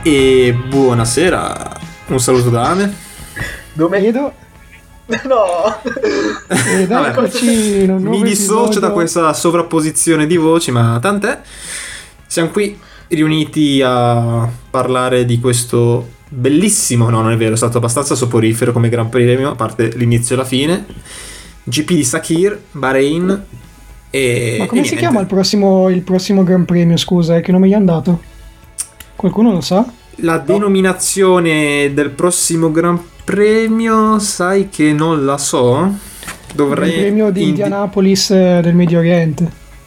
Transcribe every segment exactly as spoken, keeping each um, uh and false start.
E buonasera, un saluto da Ame. Dove Vedo. No. Ed eccoci in un nuovo Mi dissocio episodio. da questa sovrapposizione di voci, ma tant'è. Siamo qui riuniti a parlare di questo bellissimo, no non è vero, è stato abbastanza soporifero come Gran Premio, a parte l'inizio e la fine, G P di Sakhir, Bahrain e Ma come e si niente. chiama il prossimo, il prossimo Gran Premio, scusa, eh, che nome gli hanno dato? Qualcuno lo sa? La denominazione del prossimo Gran Premio, sai che non la so. Il Dovrei Gran Premio di indi- Indianapolis eh, del Medio Oriente.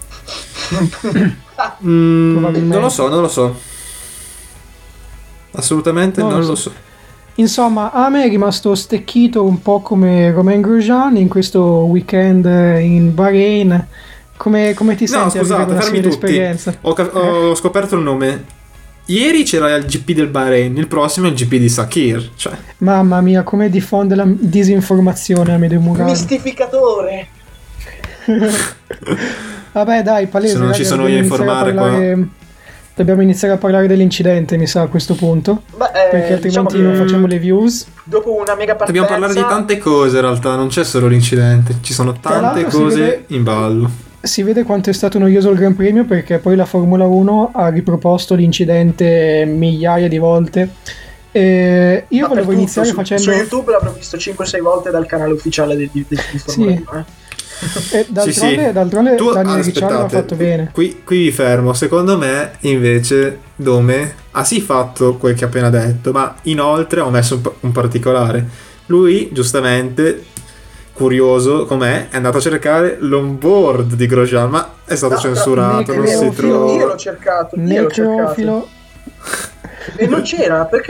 Mm, probabilmente. non lo so, non lo so. Assolutamente Non non, lo lo so. so. Insomma, a me è rimasto stecchito un po' come Romain Grosjean in questo weekend eh, in Bahrain. Come, come ti No, senti a vivere scusate, una fermi simile tutti. esperienza? Ho, cap- ho scoperto il nome. Ieri c'era il G P del Bahrain, il prossimo è il G P di Sakhir. Cioè, Mamma mia, come diffonde la disinformazione a Medeo Murano. mistificatore. Vabbè, dai, palese. Se non ci raga, sono io a dobbiamo iniziare informare parlare- Dobbiamo iniziare a parlare dell'incidente, mi sa, a questo punto. Ma, eh, Perché altrimenti diciamo non che facciamo le views. dopo una mega partenza dobbiamo parlare di tante cose in realtà, non c'è solo l'incidente, ci sono Tra tante l'altro si cose vede- in ballo. Si vede quanto è stato noioso il Gran Premio, perché poi la Formula uno ha riproposto l'incidente migliaia di volte. E io volevo dappertutto, iniziare su, facendo... su YouTube l'avrò visto cinque sei volte dal canale ufficiale di, di, di Formula Sì. uno, eh. E d'altronde, d'altronde Tu- Daniel ah, Ricciardo l'ha aspettate, fatto bene. Qui, qui vi fermo. Secondo me, invece, Dome ha sì fatto quel che ha appena detto, ma inoltre ho messo un, pa- un particolare. Lui, giustamente, curioso com'è, è andato a cercare l'onboard di Grosjean, ma è stato No, censurato, non si necrofilo. Io, io trova. l'ho cercato, io l'ho cercato. Necrofilo. E non c'era, perché?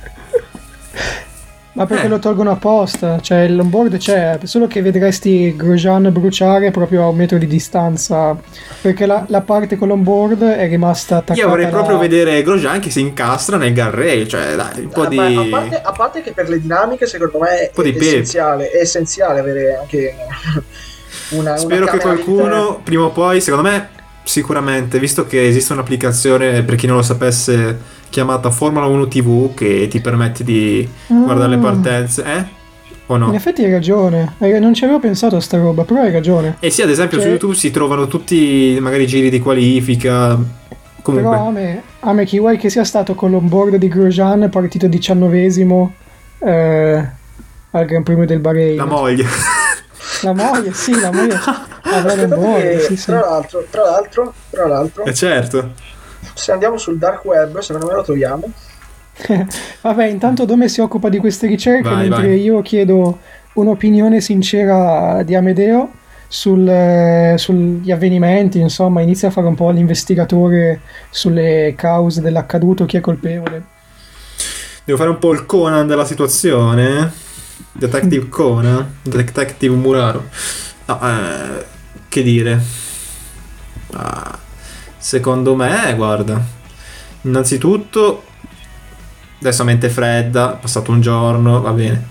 Ma perché Eh. lo tolgono apposta? Cioè l'onboard c'è, solo che vedresti Grosjean bruciare proprio a un metro di distanza, perché la, la parte con l'onboard è rimasta attaccata. Io vorrei proprio alla- vedere Grosjean che si incastra nel guardrail, cioè dai, un po' Ah, di... ma a, parte, a parte che per le dinamiche secondo me è, po' di è pepe. essenziale, è essenziale avere anche una, Spero una che camera qualcuno all'interno. prima o poi, secondo me sicuramente, visto che esiste un'applicazione, per chi non lo sapesse, chiamata Formula uno T V, che ti permette di guardare le Mm. partenze, eh? O no? In effetti hai ragione, hai- non ci avevo pensato a sta roba, però hai ragione. E sì, ad esempio su Cioè- YouTube si trovano tutti magari giri di qualifica. Comunque, Però a me, a me chi vuoi che sia stato con l'onboard di Grosjean partito diciannovesimo eh, al Gran Premio del Bahrain. la moglie. La moglie, sì, la moglie avrà Secondo l'onboard, me, sì, sì. tra l'altro, tra l'altro, tra l'altro, Eh certo. se andiamo sul dark web, secondo me lo troviamo. Vabbè, intanto Dome si occupa di queste ricerche, Vai, mentre vai. io chiedo un'opinione sincera di Amedeo sul, eh, sugli avvenimenti, insomma, inizia a fare un po' l'investigatore sulle cause dell'accaduto, chi è colpevole. Devo fare un po' il Conan della situazione. eh? Detective Conan, Detective Muraro. No, eh, che dire? Ah, secondo me, guarda, innanzitutto, adesso a mente fredda, è passato un giorno, va bene.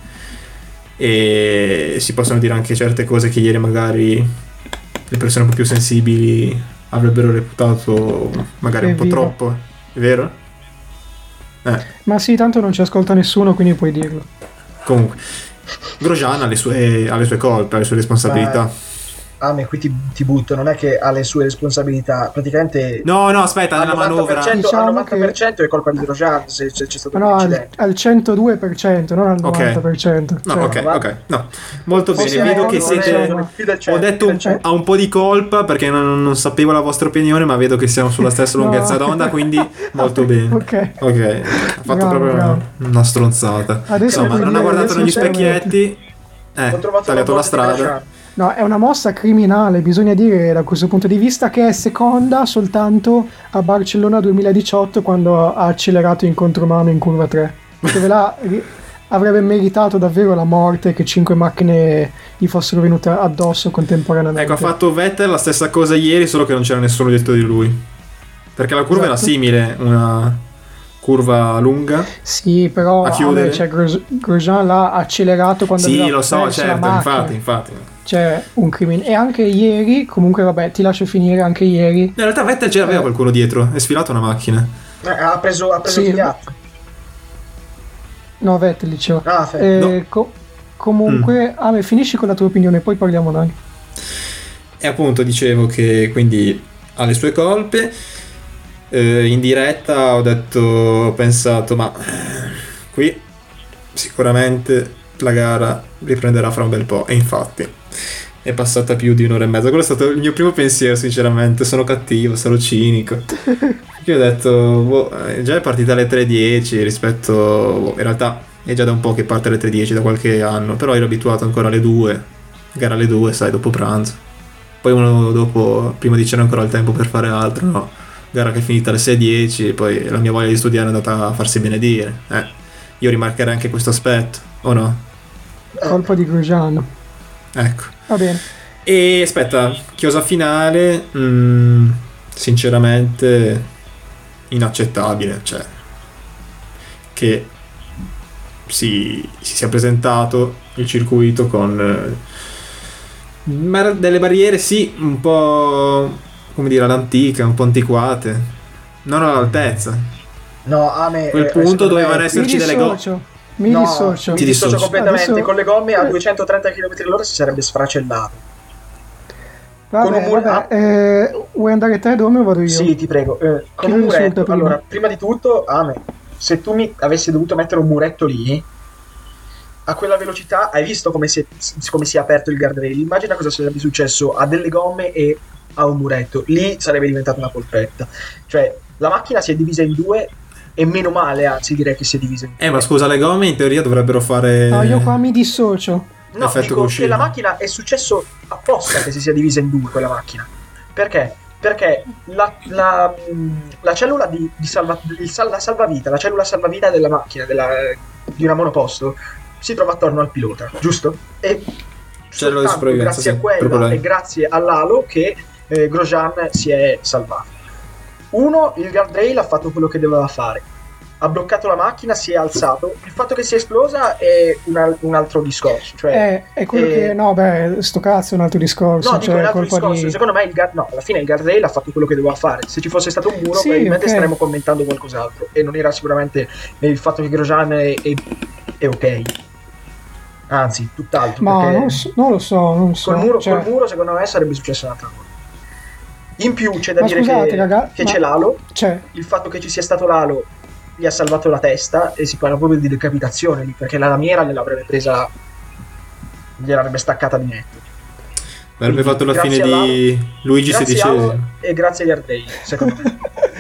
E si possono dire anche certe cose che ieri magari le persone un po' più sensibili avrebbero reputato magari un po' Evviva. troppo, è vero? Eh. Ma sì, tanto non ci ascolta nessuno, quindi puoi dirlo. Comunque, Grosjean ha le sue, ha le sue colpe, ha le sue responsabilità. Ah, ma qui ti, ti butto, non è che ha le sue responsabilità, praticamente No, no, aspetta, al nella manovra. novanta per cento, Diciamo al novanta per cento è colpa di Grosjean se se c'è stato Ma un no, al, incidente. al centodue per cento, non al Ok. novanta per cento. No, Cioè, ok, va- ok, no. Molto Forse bene, vedo no, che non siete... è- più del Ho cento, detto più un, del cento. ha un po' di colpa perché non, non sapevo la vostra opinione, ma vedo che siamo sulla stessa No. lunghezza d'onda, quindi molto bene. Ok. Ok, ha fatto Bravo, proprio bravo. una stronzata. Adesso Insomma, puoi non ha dire- guardato adesso negli sinceramente. specchietti, eh, Ho trovato tagliato la la botte di strada. Grosjean. No, è una mossa criminale, bisogna dire da questo punto di vista, che è seconda soltanto a Barcellona duemiladiciotto, quando ha accelerato in contromano in curva tre, dove là ri- avrebbe meritato davvero la morte, che cinque macchine gli fossero venute addosso contemporaneamente. Ecco, ha fatto Vettel la stessa cosa ieri, solo che non c'era nessuno dietro di lui. Perché la curva era Esatto. simile, una curva lunga. Sì, però A chiudere? vabbè, cioè, Gros- Grosjean l'ha accelerato quando Sì, aveva lo so, perso la certo, macchina. infatti, infatti. Cioè, un crimine. E anche ieri, comunque vabbè, ti lascio finire, anche ieri. In realtà Vettel ce l'aveva Eh. qualcuno dietro, è sfilata una macchina. Eh, ha preso, ha preso Sì. Kvyat. No, Vettel dicevo. Ah, fe- Eh, no. co- comunque, Mm. ah, beh, finisci con la tua opinione, poi parliamo noi. E appunto dicevo che quindi ha le sue colpe. Eh, in diretta ho detto, ho pensato, ma eh, qui sicuramente la gara riprenderà fra un bel po'. E infatti è passata più di un'ora e mezza. Quello è stato il mio primo pensiero, sinceramente. Sono cattivo, sarò cinico. Io ho detto, boh, eh, già è partita alle tre e dieci rispetto, boh, in realtà è già da un po' che parte alle tre e dieci, da qualche anno, però ero abituato ancora alle due, gara alle due, sai, dopo pranzo. Poi uno dopo, prima di cena ancora il tempo per fare altro, no? Gara che è finita alle sei e dieci, poi la mia voglia di studiare è andata a farsi benedire. Eh, io rimarcherei anche questo aspetto, o no? Colpa di Grosjean. Ecco. Va bene. E aspetta, chiosa finale, mm, sinceramente inaccettabile, cioè che si, si sia presentato il circuito con eh, mar- delle barriere sì un po', come dire, all'antica, un po' antiquate, non all'altezza. No, a me... A quel eh, punto secondo me- dovevano Mi esserci delle go- dissocio. Mi No, dissocio. mi Ti dissocio dissoci. completamente. Adesso- Con le gomme a duecentotrenta chilometri all'ora si sarebbe sfracellato. Vabbè, con un muro- vabbè, eh, vuoi andare te Dome o vado io? Sì, ti prego. eh, con Chi un lo insulta muretto. prima? Allora, prima di tutto, a me, se tu mi avessi dovuto mettere un muretto lì, a quella velocità, hai visto come si è, come si è aperto il guardrail? Immagina cosa sarebbe successo a delle gomme e a un muretto. Lì sarebbe diventata una polpetta. Cioè, la macchina si è divisa in due e meno male, anzi direi che si è divisa in due. Eh, ma scusa, le gomme in teoria dovrebbero fare No, io qua mi dissocio. No, effetto dico cuscino. che la macchina è successo apposta che si sia divisa in due quella macchina. Perché? Perché la, la, mh, la cellula di, di salva, il sal- la salvavita, la cellula salvavita della macchina, della, di una monoposto, si trova attorno al pilota, giusto? E Cellula di soltanto sopravvivenza, grazie sì, a quella proprio lei. e grazie all'alo che eh, Grosjean si è salvato. Uno, il guardrail ha fatto quello che doveva fare. Ha bloccato la macchina, si è alzato. Il fatto che sia esplosa è un, al- un altro discorso. Cioè, Eh, è quello eh, che... No, beh, sto cazzo è un altro discorso. No, dico cioè, un altro colpa discorso. di... Secondo me il guard- no, alla fine il guardrail ha fatto quello che doveva fare. Se ci fosse stato un muro, Sì, probabilmente ok. staremmo commentando qualcos'altro. E non era sicuramente il fatto che Grosjean è, è, è ok. Anzi, tutt'altro. Ma perché non, so- non lo so, non so. col, muro, cioè, col muro, secondo me, sarebbe successa un'altra cosa. In più, c'è da Ma dire scusate, che, raga, che ma- c'è l'alo. cioè, Il fatto che ci sia stato l'alo gli ha salvato la testa. E si parla proprio di decapitazione lì, perché la lamiera gliel'avrebbe presa, gliel'avrebbe staccata di netto. avrebbe quindi, fatto la grazie fine all'alo- di Luigi Grazie sedicesimo. all'alo e grazie agli Ardei, secondo me.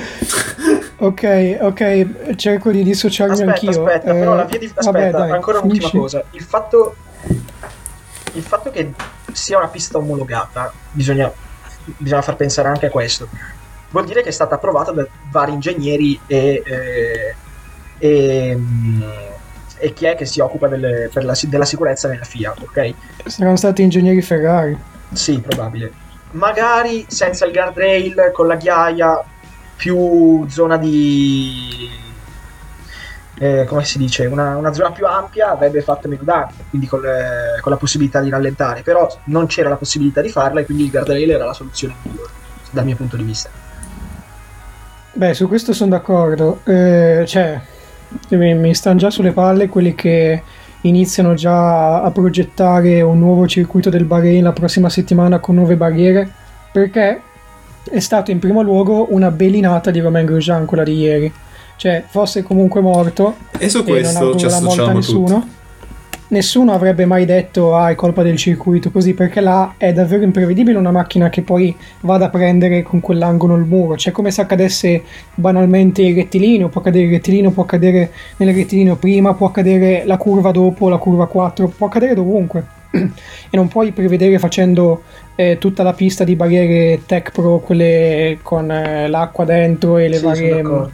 ok, ok, cerco di dissociarmi Aspetta, anch'io. aspetta, Eh, però la via di... Aspetta, vabbè, dai, ancora un'ultima finisci. cosa. Il fatto... Il fatto che sia una pista omologata, bisogna, bisogna far pensare anche a questo. Vuol dire che è stata approvata da vari ingegneri e... eh, e, mm, e chi è che si occupa delle- per la- della sicurezza nella F I A, ok? Saranno stati ingegneri Ferrari. Sì, probabile. Magari senza il guardrail, con la ghiaia, più zona di... eh, come si dice? Una, una zona più ampia avrebbe fatto meno danni, quindi con, le- con la possibilità di rallentare. Però non c'era la possibilità di farla e quindi il guardrail era la soluzione migliore, dal mio punto di vista. Beh, su questo sono d'accordo. Eh, cioè, mi, mi stanno già sulle palle quelli che iniziano già a progettare un nuovo circuito del Bahrain la prossima settimana con nuove barriere, perché è stato in primo luogo una belinata di Romain Grosjean quella di ieri. Cioè, fosse comunque morto E su e non questo auguro ci la morte a associamo nessuno. tutti. Nessuno avrebbe mai detto ah è colpa del circuito così, perché là è davvero imprevedibile una macchina che poi vada a prendere con quell'angolo il muro. Cioè, come se accadesse banalmente il rettilineo, può accadere il rettilineo, può accadere nel rettilineo prima, può accadere la curva dopo, la curva quattro, può accadere dovunque. E non puoi prevedere facendo eh, tutta la pista di barriere Tech Pro, quelle con eh, l'acqua dentro e le Sì, sono varie d'accordo.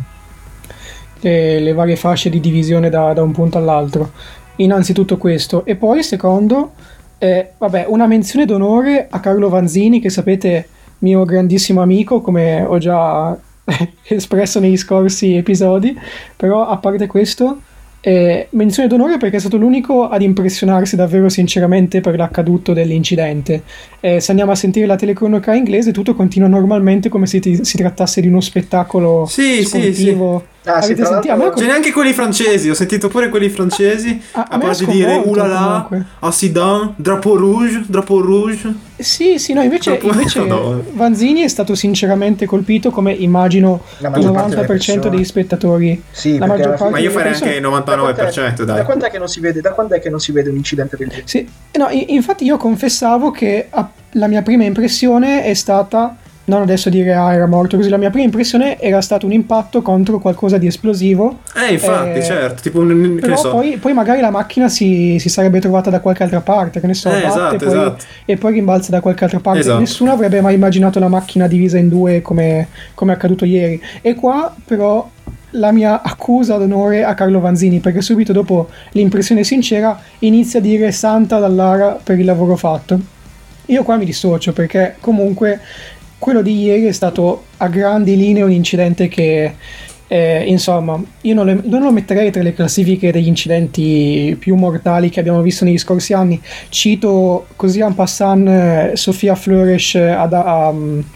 le, le varie fasce di divisione da, da un punto all'altro. Innanzitutto questo, e poi secondo, eh, vabbè, una menzione d'onore a Carlo Vanzini, che sapete mio grandissimo amico, come ho già espresso negli scorsi episodi, però a parte questo, eh, menzione d'onore perché è stato l'unico ad impressionarsi davvero sinceramente per l'accaduto dell'incidente. Eh, se andiamo a sentire la telecronaca inglese tutto continua normalmente come se ti- si trattasse di uno spettacolo Sì, sì, sportivo Ah, sì, Avete tra sentito? A me l'altro- C'è neanche quelli francesi, ho sentito pure quelli francesi A- a a me ha parte di dire sconvolto, ulala, comunque. accident, drapeau rouge, drapeau rouge. Sì, sì, no, invece, Troppo- invece Madonna. Vanzini è stato sinceramente colpito, come immagino La il maggior parte novanta per cento delle persone. dei spettatori. Sì, La perché maggior alla fine- parte Ma io delle farei persone- anche il Da novantanove per quant'è, cento, da dai. quant'è che non si vede? Da quando è che non si vede un incidente del genere? Sì, no, i- infatti io confessavo che a- la mia prima impressione è stata, non adesso dire ah era morto così, la mia prima impressione era stato un impatto contro qualcosa di esplosivo. Eh, infatti, Eh, certo, tipo un, che ne Però so. poi, poi magari la macchina si, si sarebbe trovata da qualche altra parte, che ne so, Eh, batte esatto, poi- esatto. e poi rimbalza da qualche altra parte. Esatto. Nessuno avrebbe mai immaginato la macchina divisa in due come, come è accaduto ieri. E qua però la mia accusa d'onore a Carlo Vanzini, perché subito dopo l'impressione sincera inizia a dire santa Dallara per il lavoro fatto. Io qua mi dissocio perché comunque quello di ieri è stato a grandi linee un incidente che, eh, insomma, io non, le- non lo metterei tra le classifiche degli incidenti più mortali che abbiamo visto negli scorsi anni. Cito così en passant eh, Sofia Flores ad, a,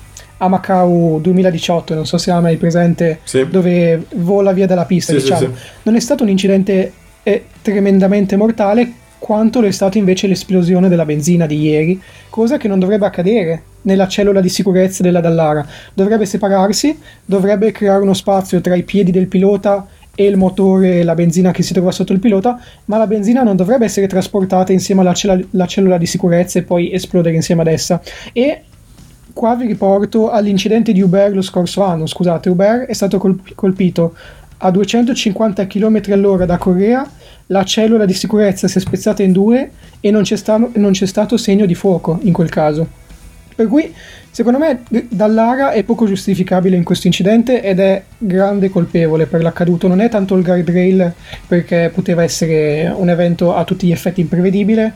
a Macau duemiladiciotto, non so se ha mai presente, Sì. dove vola via dalla pista, Sì, sì, diciamo. sì. Non è stato un incidente eh, tremendamente mortale quanto lo è stato invece l'esplosione della benzina di ieri, cosa che non dovrebbe accadere nella cellula di sicurezza della Dallara. Dovrebbe separarsi, dovrebbe creare uno spazio tra i piedi del pilota e il motore e la benzina che si trova sotto il pilota, ma la benzina non dovrebbe essere trasportata insieme alla cella- la cellula di sicurezza e poi esplodere insieme ad essa. E qua vi riporto all'incidente di Uber lo scorso anno. Scusate, Uber è stato colp- colpito a duecentocinquanta chilometri all'ora da Corea, la cellula di sicurezza si è spezzata in due e non c'è, sta- non c'è stato segno di fuoco in quel caso. Per cui, secondo me, D- Dallara è poco giustificabile in questo incidente ed è grande colpevole per l'accaduto. Non è tanto il guardrail, perché poteva essere un evento a tutti gli effetti imprevedibile.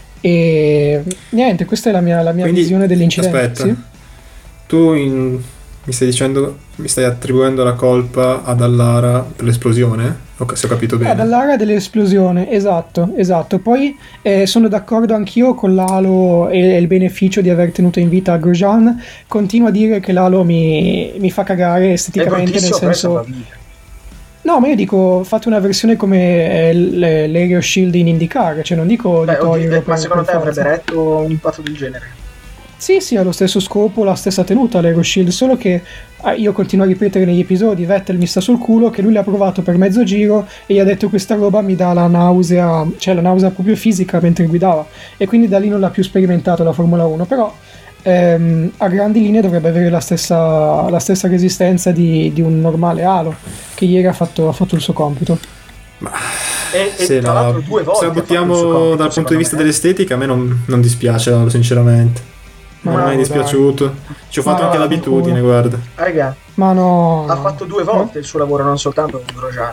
E niente, questa è la mia, la mia Quindi, visione dell'incidente. aspetta. Sì? Tu in- mi stai dicendo, mi stai attribuendo la colpa a Dallara per l'esplosione? Ok, se ho capito bene. Ah, dall'area dell'esplosione, esatto, esatto. Poi eh, sono d'accordo anch'io con l'Halo e il beneficio di aver tenuto in vita Grosjean. Continuo a dire che l'Halo mi, mi fa cagare È esteticamente, nel bruttissimo, però senso... salva vite. No, ma io dico, fate una versione come eh, l- l'Aero Shield in IndyCar, cioè non dico di Beh, oddio, toglierlo eh, ma per- secondo per te forza. avrebbe retto un impatto del genere? Sì, sì, ha lo stesso scopo, la stessa tenuta l'Aero Shield, solo che ah, io continuo a ripetere negli episodi, Vettel mi sta sul culo, che lui l'ha provato per mezzo giro e gli ha detto questa roba mi dà la nausea, cioè la nausea proprio fisica mentre guidava, e quindi da lì non l'ha più sperimentato la Formula uno, però ehm, a grandi linee dovrebbe avere la stessa, la stessa resistenza di, di un normale Halo, che ieri ha fatto, ha fatto il suo compito. E, e Se tra la, l'altro due volte se la ha fatto il suo buttiamo compito, dal punto secondo di vista me. dell'estetica, a me non, non dispiace, Lalo, sinceramente. Non mi è Ma mai no, dispiaciuto. Ci ho fatto Ma anche no, l'abitudine, culo. guarda. Raga, Ma no... ha fatto due volte il suo lavoro, non soltanto con Grosjean,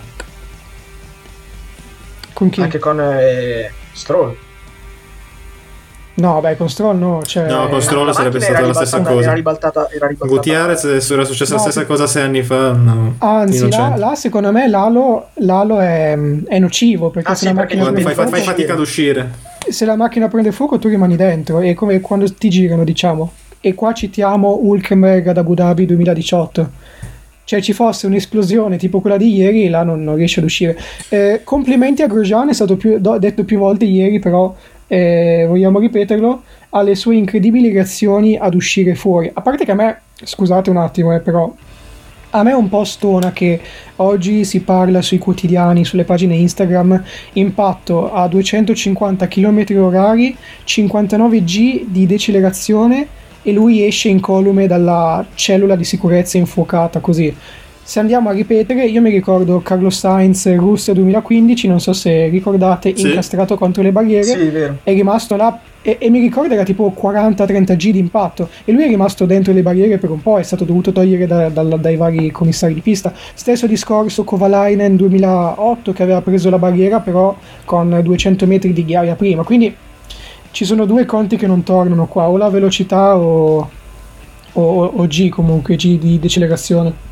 Con chi? anche con eh, Stroll. No, beh, con Stroll no, cioè... No, con Stroll La sarebbe macchina stata era la stessa ribaltata- cosa. Era ribaltata, era ribaltata. Gutierrez, se era successa No, la stessa sì. cosa sei anni fa, no. Anzi, là, innocente. là, secondo me l'alo, l'alo è, è nocivo, perché Ah, se, sì, la perché macchina Quando prende fai, fai- fai fuoco, fatica ad uscire. se la macchina prende fuoco tu rimani dentro, è come quando ti girano, diciamo. E qua citiamo Hülkenberg ad Abu Dhabi duemiladiciotto. Cioè ci fosse un'esplosione tipo quella di ieri, là non, non riesce ad uscire. Eh, complimenti a Grosjean, è stato più, do- detto più volte ieri, però eh, vogliamo ripeterlo, alle sue incredibili reazioni ad uscire fuori. A parte che a me, scusate un attimo, eh, però a me è un po' stona che oggi si parla sui quotidiani, sulle pagine Instagram, impatto a duecentocinquanta chilometri orari, cinquantanove G di decelerazione e lui esce incolume dalla cellula di sicurezza infuocata così. Se andiamo a ripetere, io mi ricordo Carlos Sainz Russia duemilaquindici, non so se ricordate, Sì. incastrato contro le barriere, Sì, è vero. è rimasto là e, e mi ricordo era tipo quaranta trenta G di impatto e lui è rimasto dentro le barriere per un po', è stato dovuto togliere da- dal- dai vari commissari di pista. Stesso discorso Kovalainen duemilaotto che aveva preso la barriera però con duecento metri di ghiaia prima, quindi ci sono due conti che non tornano qua, o la velocità o, o, o G comunque, G di decelerazione.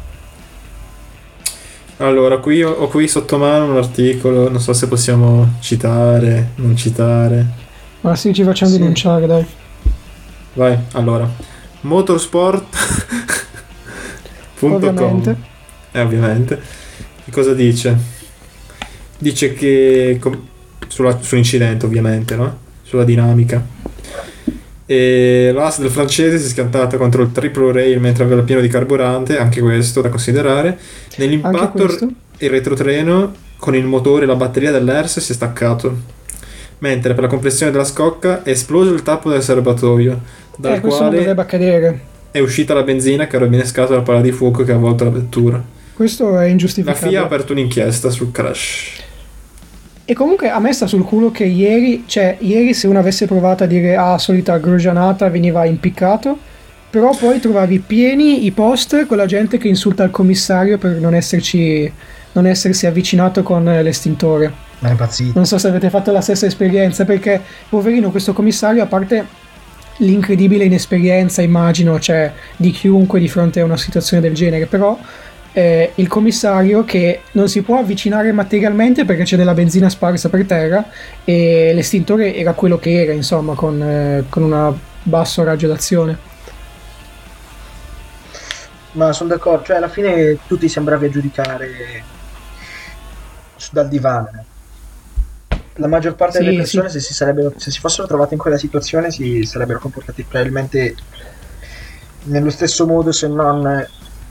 Allora, qui ho, ho qui sotto mano un articolo, non so se possiamo citare, non citare. Ma sì, ci facciamo Sì. denunciare, dai. Vai, allora. Motorsport punto com. Ovviamente. Eh, ovviamente. cosa dice? Dice che com- sulla- sull'incidente ovviamente, no? Sulla dinamica. E l'asta del francese si è schiantata contro il triplo rail mentre aveva pieno di carburante, anche questo da considerare. Anche Nell'impatto questo? il retrotreno con il motore e la batteria dell'E R S si è staccato, mentre per la compressione della scocca è esploso il tappo del serbatoio, dal Eh, questo non quale dovrebbe accadere. è uscita la benzina che era innescata dalla palla di fuoco che ha avvolto la vettura. Questo è La ingiustificabile. F I A ha aperto un'inchiesta sul crash. E comunque a me sta sul culo che ieri, cioè ieri se uno avesse provato a dire ah, solita grogianata, veniva impiccato, però poi trovavi pieni i post con la gente che insulta il commissario per non esserci, non essersi avvicinato con l'estintore. Ma è impazzito. Non so se avete fatto la stessa esperienza, perché poverino questo commissario, a parte l'incredibile inesperienza, immagino, cioè di chiunque di fronte a una situazione del genere, però eh, il commissario che non si può avvicinare materialmente perché c'è della benzina sparsa per terra e l'estintore era quello che era, insomma, con, eh, con una basso raggio d'azione. Ma sono d'accordo, cioè alla fine tutti sembravi a giudicare su- dal divano. La maggior parte Sì, delle persone, sì. se si sarebbero, se si fossero trovate in quella situazione, si sarebbero comportati probabilmente nello stesso modo, se non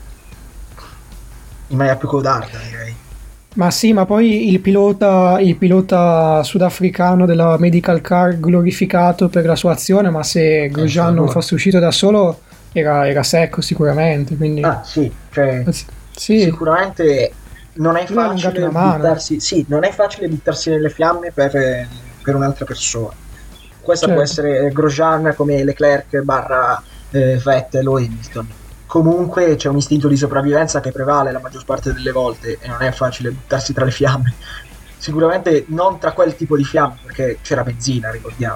in maniera più codarda, direi. Ma sì, ma poi il pilota, il pilota sudafricano della medical car glorificato per la sua azione, ma se Grosjean non fosse uscito da solo era, era secco sicuramente, quindi Ah, sì, cioè sì, sicuramente non è Lui ha allungato facile una mano. buttarsi, sì, non è facile buttarsi nelle fiamme per, per un'altra persona. Questa Certo. può essere Grosjean come Leclerc barra eh, Vettel o Hamilton. Comunque c'è un istinto di sopravvivenza che prevale la maggior parte delle volte e non è facile buttarsi tra le fiamme. Sicuramente non tra quel tipo di fiamme, perché c'era benzina, ricordiamo.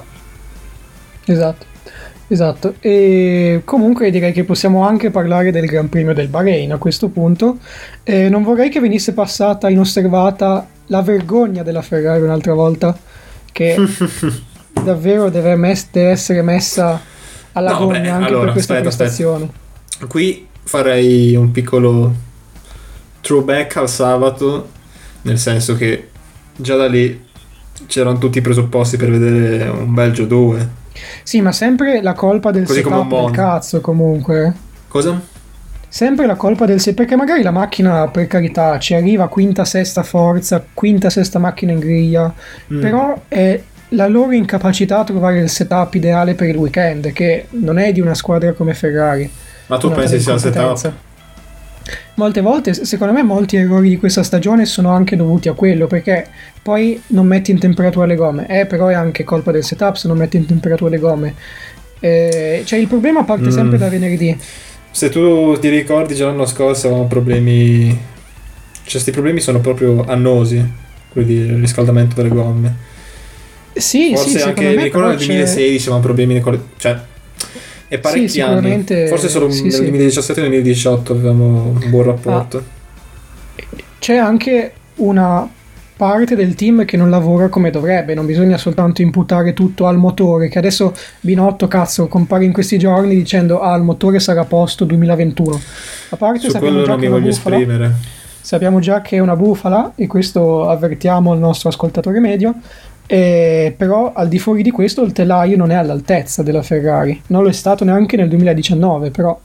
esatto, esatto. E comunque direi che possiamo anche parlare del Gran Premio del Bahrain a questo punto. Eh, non vorrei che venisse passata inosservata la vergogna della Ferrari un'altra volta, che davvero deve, mes- deve essere messa alla No, gogna beh, anche allora, per questa aspetta, aspetta. prestazione. Qui farei un piccolo throwback al sabato, nel senso che già da lì c'erano tutti i presupposti per vedere un Belgio due. Sì, ma sempre la colpa del Così come setup un del Monza. cazzo comunque. Cosa? Sempre la colpa del setup, perché magari la macchina, per carità, ci arriva quinta, sesta forza, quinta, sesta macchina in griglia, Mm. però è la loro incapacità a trovare il setup ideale per il weekend, che non è di una squadra come Ferrari. Ma tu Una pensi tale sia il setup? incompetenza. Molte volte, secondo me, molti errori di questa stagione sono anche dovuti a quello, perché poi non metti in temperatura le gomme. Eh, però è anche colpa del setup se non metti in temperatura le gomme. Eh, cioè il problema parte Mm. sempre da venerdì. Se tu ti ricordi già l'anno scorso avevamo problemi, cioè questi problemi sono proprio annosi, quelli del riscaldamento delle gomme. Sì, Forse sì, anche secondo mi me ricordo però nel c'è- duemilasedici avevamo problemi con le- cioè è parecchi Sì, anni, sicuramente- forse solo sì, nel sì. duemiladiciassette e duemiladiciotto avevamo un buon rapporto. c'è anche una parte del team che non lavora come dovrebbe, non bisogna soltanto imputare tutto al motore, che adesso Binotto cazzo compare in questi giorni dicendo ah il motore sarà a posto duemilaventuno. A parte Su sappiamo quello già non che mi è una voglio bufala, esprimere. sappiamo già che è una bufala e questo avvertiamo il nostro ascoltatore medio, eh, però al di fuori di questo il telaio non è all'altezza della Ferrari, non lo è stato neanche nel duemiladiciannove, però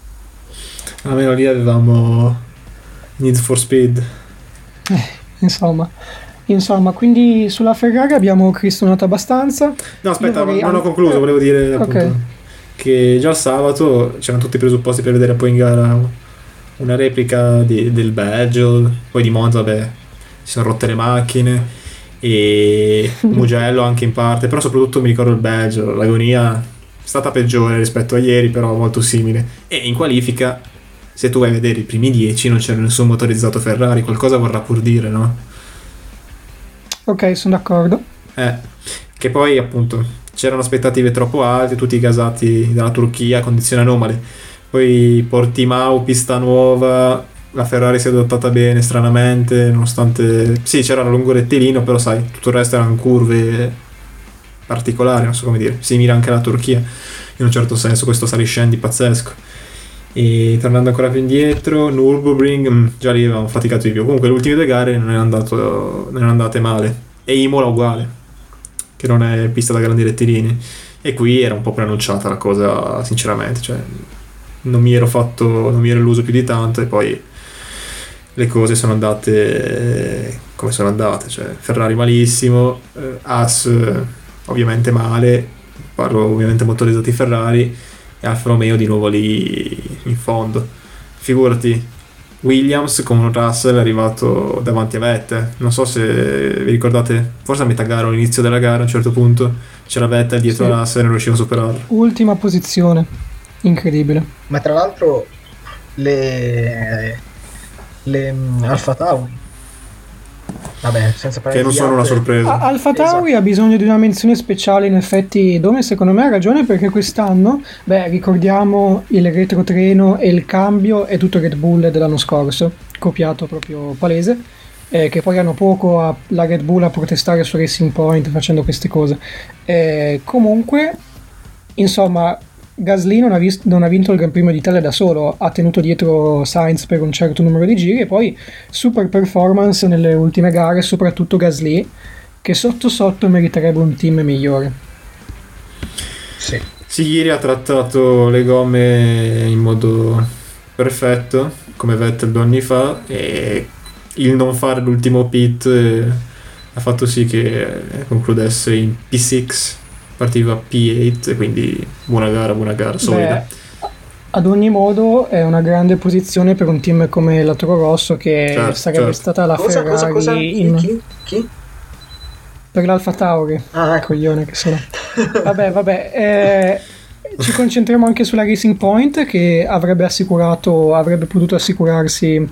Almeno lì avevamo Need for Speed. insomma insomma quindi sulla Ferrari abbiamo cristionato abbastanza. No, aspetta, Io vorrei non ho anche- concluso, volevo dire Ok. appunto che già sabato c'erano tutti i presupposti per vedere poi in gara una replica di- del Belgio, poi di Monza, vabbè, si sono rotte le macchine e Mugello anche in parte, però soprattutto mi ricordo il Belgio, l'agonia è stata peggiore rispetto a ieri, però molto simile. E in qualifica, se tu vai a vedere i primi dieci, non c'era nessun motorizzato Ferrari, qualcosa vorrà pur dire, no? Ok, sono d'accordo. Eh, che poi appunto c'erano aspettative troppo alte, tutti gasati dalla Turchia, condizioni anomale. Poi Portimao, pista nuova, la Ferrari si è adattata bene stranamente, nonostante sì c'era un lungo rettilineo, però sai, tutto il resto erano curve particolari, non so come dire, simile anche alla Turchia in un certo senso, questo saliscendi pazzesco. E tornando ancora più indietro, Nürburgring, mh, già lì avevamo faticato di più. Comunque le ultime due gare non erano, andato, non erano andate male. E Imola uguale, che non è pista da grandi rettilini. E qui era un po' preannunciata la cosa, sinceramente. Cioè, non mi ero fatto, non mi ero illuso più di tanto, e poi le cose sono andate come sono andate. Cioè, Ferrari malissimo, eh, Haas eh, ovviamente male, parlo ovviamente motorizzati Ferrari, e Alfa Romeo di nuovo lì in fondo. Figurati, Williams con Russell è arrivato davanti a Vettel. Non so se vi ricordate, forse a metà gara o all'inizio della gara, a un certo punto c'era Vettel dietro Sì. a Russell e non riusciva a superarlo. Ultima posizione, incredibile. Ma tra l'altro le, le mm, Alfa Tauri, vabbè, senza parlare Che non di sono una altre- sorpresa. A- Alfa Tauri ha bisogno di una menzione speciale, in effetti Dome secondo me ha ragione, perché quest'anno, beh, ricordiamo il retrotreno e il cambio è tutto Red Bull dell'anno scorso, copiato proprio palese, eh, che poi hanno poco a, la Red Bull a protestare su Racing Point facendo queste cose. Eh, comunque, insomma, Gasly non ha, vis- non ha vinto il Gran Premio d'Italia da solo, ha tenuto dietro Sainz per un certo numero di giri, e poi super performance nelle ultime gare, soprattutto Gasly, che sotto sotto meriterebbe un team migliore. Sì. Sì, ieri ha trattato le gomme in modo perfetto, come Vettel due anni fa, e il non fare l'ultimo pit eh, ha fatto sì che eh, concludesse in P sei, partiva P otto, e quindi buona gara, buona gara, solida. Beh, ad ogni modo è una grande posizione per un team come la Toro Rosso, che Certo, sarebbe certo. stata la Cosa, Ferrari cosa, cosa? Chi? in- Chi? Chi? per l'Alfa Tauri. Ah, ecco. Coglione che sono. Vabbè, vabbè. eh, ci concentriamo anche sulla Racing Point, che avrebbe assicurato, avrebbe potuto assicurarsi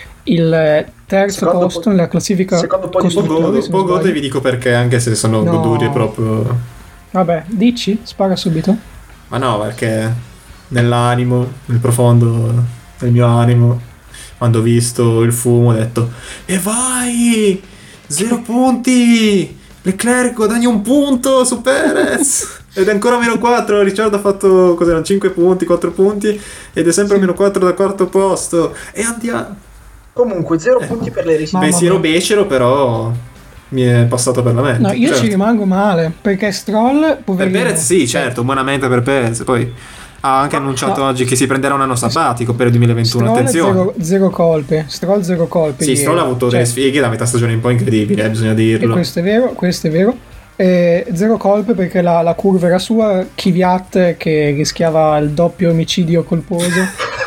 il terzo Secondo posto po- nella classifica secondo po' di costruttori, Poco se non poco sbaglio. vi dico perché, anche se sono No. godurie proprio. Vabbè, dici? Spara subito. Ma no, perché nell'animo, nel profondo del mio animo, quando ho visto il fumo ho detto: e vai! Zero punti! Leclerc guadagna un punto su Perez! Ed è ancora meno quattro. Ricciardo ha fatto cos'erano cinque punti, quattro punti, ed è sempre meno quattro dal quarto posto. E andiamo. Comunque, zero Eh. punti per le Racing Mamma Pensiero mia. becero, però mi è passato per la mente. No, io Certo. ci rimango male, perché Stroll, Per poverino, Perez sì, certo, buonamente per Perez. Poi ha anche annunciato no. oggi che si prenderà un anno sabbatico per il duemilaventuno. Stroll Attenzione. zero, zero colpe. Stroll zero colpe. Sì, ieri. Stroll ha avuto Cioè, delle sfighe da metà stagione un po' incredibili, eh, bisogna E dirlo. questo è vero, questo è vero. Eh, zero colpe perché la, la curva era sua, Kvyat che rischiava il doppio omicidio colposo.